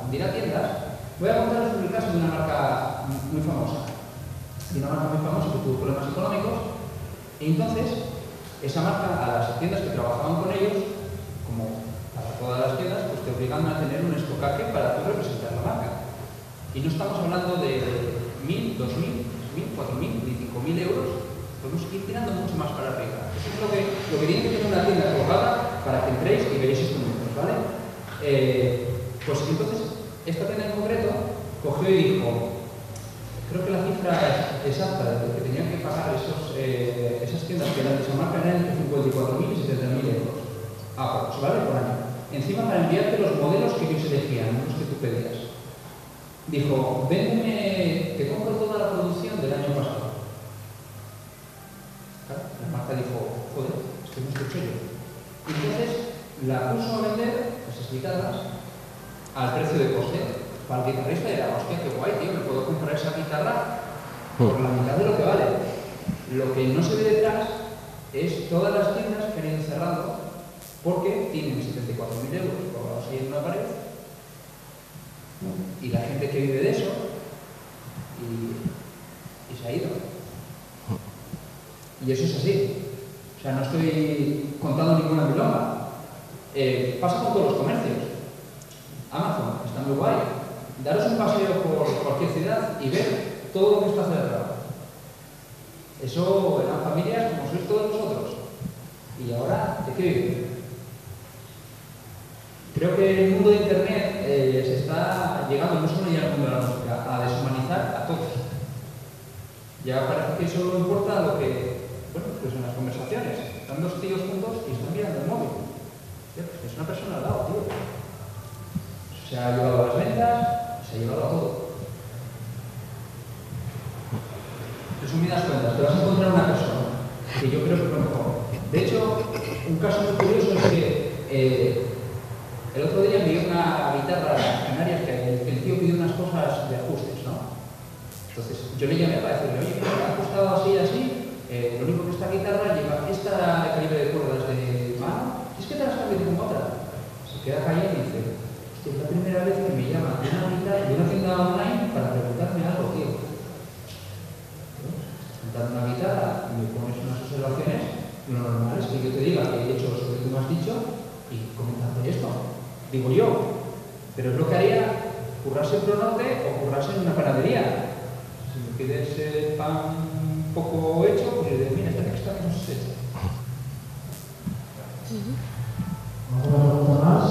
Y entonces, esa marca, a las tiendas que trabajaban con ellos, como para todas las tiendas, pues te obligan a tener un estocaje para tú representar la marca. Y no estamos hablando de mil, dos mil, tres mil, cuatro mil, ni cinco mil euros. Podemos ir tirando mucho más para arriba. Eso es lo que, lo que tiene que tener una tienda colocada para que entréis y veáis estos números, ¿vale? Eh, pues entonces, esta tienda en concreto cogió y dijo, creo que la cifra exacta de lo que tenían que pagar esos, eh, esas tiendas que eran de esa marca eran entre cincuenta y cuatro mil y setenta mil euros. Ah, pues vale, por año. Encima para enviarte los modelos que ellos elegían, los que tú pedías. Dijo, véndeme, te compro toda la producción del año pasado. Claro, la marca dijo, joder, esto no estoy hecho yo. Y entonces la puso a vender, esas guitarras, al precio de coste. Para el guitarrista era, hostia, qué guay, tío, me puedo comprar esa guitarra por la mitad de lo que vale. Lo que no se ve detrás es todas las tiendas que han ido cerrando porque tienen setenta y cuatro mil euros colgados ahí en una pared y la gente que vive de eso y, y se ha ido. Y eso es así. O sea, no estoy contando ninguna milonga. Eh, pasa con todos los comercios. Amazon, está muy guay. Daros un paseo por cualquier ciudad y ver todo lo que está cerrado. Eso eran familias como sois todos vosotros. ¿Y ahora de qué viven? Creo que el mundo de Internet eh, se está llegando, no solo ya al mundo de la música, a deshumanizar a todos. Ya parece que solo importa lo que, bueno, pues en las conversaciones. Están dos tíos juntos y están mirando el móvil. Tío, pues es una persona al lado, tío. Se ha llevado a las ventas, se ha llevado a todo. Resumidas cuentas, te vas a encontrar una persona que yo creo que es lo mejor. De hecho, un caso muy curioso es que eh, el otro día me dio una guitarra en Canarias que el, el tío pidió unas cosas de ajustes, ¿no? Entonces yo le llamé para decirle, oye, me ha ajustado así y así, eh, lo único que esta guitarra lleva esta calibre de cuerdas de mano, es que te las cambié con otra. Se queda callado y dice, hostia, es la primera vez que me llama de una guitarra de una tienda online para preguntarme algo, tío. Dando una guitarra y me pones unas observaciones, lo normal es que yo te diga que he hecho lo que tú me has dicho y comentarte esto. Digo yo, pero es lo que haría currarse en Pronorte o currarse en una panadería. Si me pides el pan un poco hecho, pues yo digo, mira, esta extra que nos has hecho. ¿Alguna pregunta más?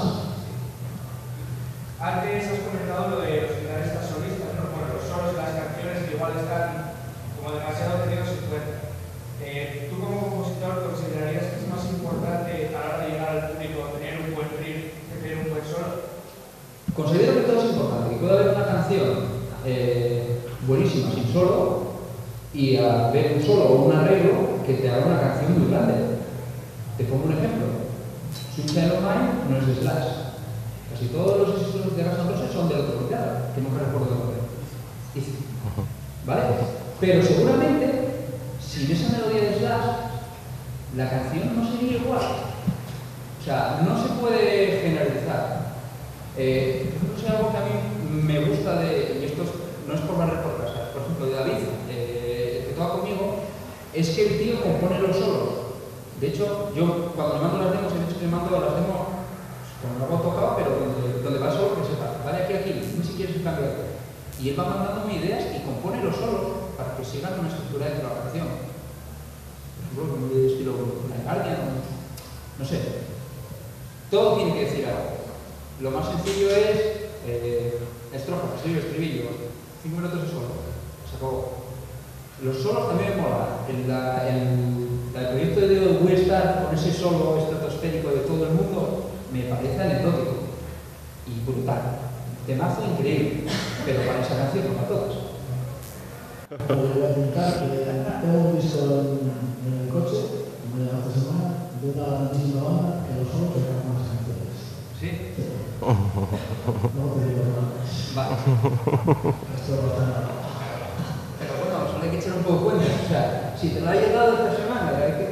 Antes has comentado lo de los guitarristas solistas, ¿no? Bueno, los solos de las canciones que igual están como demasiado tenidos en cuenta. Eh, ¿Tú como compositor considerarías que es más importante a la hora de llegar al público tener un buen riff que tener un buen solo? Considero que todo es importante, que puede haber una canción eh, buenísima sin solo y haber un solo o un arreglo que te haga una canción muy grande. Te pongo un ejemplo. Sweet Child of Mine no es de Slash. Casi todos los éxitos de Guns N' Roses son de otro guitarra, que nunca recuerdo el nombre. ¿Vale? Pero seguramente, sin esa melodía de Slash, la canción no sería igual. O sea, no se puede generalizar. Eh, por ejemplo, algo que a mí me gusta de, y esto es, no es por barrer por casa, por ejemplo, de David, eh, el que toca conmigo, es que el tío compone los solos. De hecho, yo cuando le mando las demos, he dicho que le mando las demos con algo tocado, pero donde, donde va el solo, que sepa, vale aquí, aquí, ni siquiera se cambia. Y él va mandándome ideas y compone los solos para que sigan una estructura dentro de la canción. Por ejemplo, como de estilo Blind Guardian, no sé. Todo tiene que decir algo. Lo más sencillo es eh, estrofa, estribillo, estribillo, cinco minutos de solo, se acabó. Los solos también me mola. El, la, el, el proyecto de We Star con ese solo estratosférico de todo el mundo me parece anecdótico y brutal. Temazo increíble, pero para esa canción no para todas. Voy a contar que tengo un disco en, en el coche, de hace semana, de una grandísima banda que los solos se cantan más canciones. ¿Sí? Sí. No te digo nada. Vale. Esto no está nada. Pero bueno, solo hay que echar un poco cuenta. O sea, si te lo ha llegado esta semana, hay que...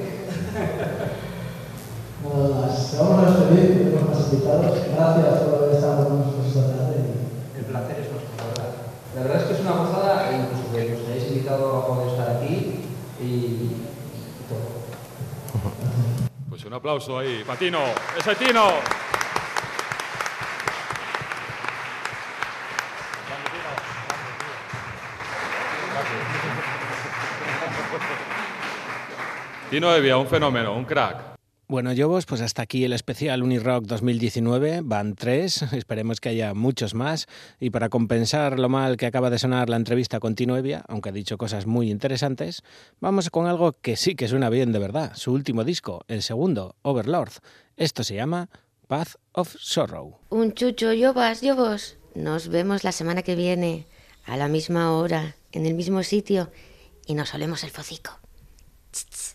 Bueno, las vamos a despedir, tenemos más invitados. Gracias por haber estado con nosotros esta tarde. El placer es nuestro, la verdad. La verdad es que es una gozada, e incluso que os hayáis invitado a poder estar aquí y, y todo. aplauso ahí, para Tino. ¡Ese Tino! Tino Evia, un fenómeno, un crack. Bueno, Jovos, pues hasta aquí el especial Unirock dos mil diecinueve, van tres, esperemos que haya muchos más, y para compensar lo mal que acaba de sonar la entrevista con Tino Evia, aunque ha dicho cosas muy interesantes, vamos con algo que sí que suena bien de verdad, su último disco, el segundo, Overlord. Esto se llama Path of Sorrow. Un chucho, Jovas, Jovos. Nos vemos la semana que viene, a la misma hora, en el mismo sitio, y nos olemos el focico. Tss, tss.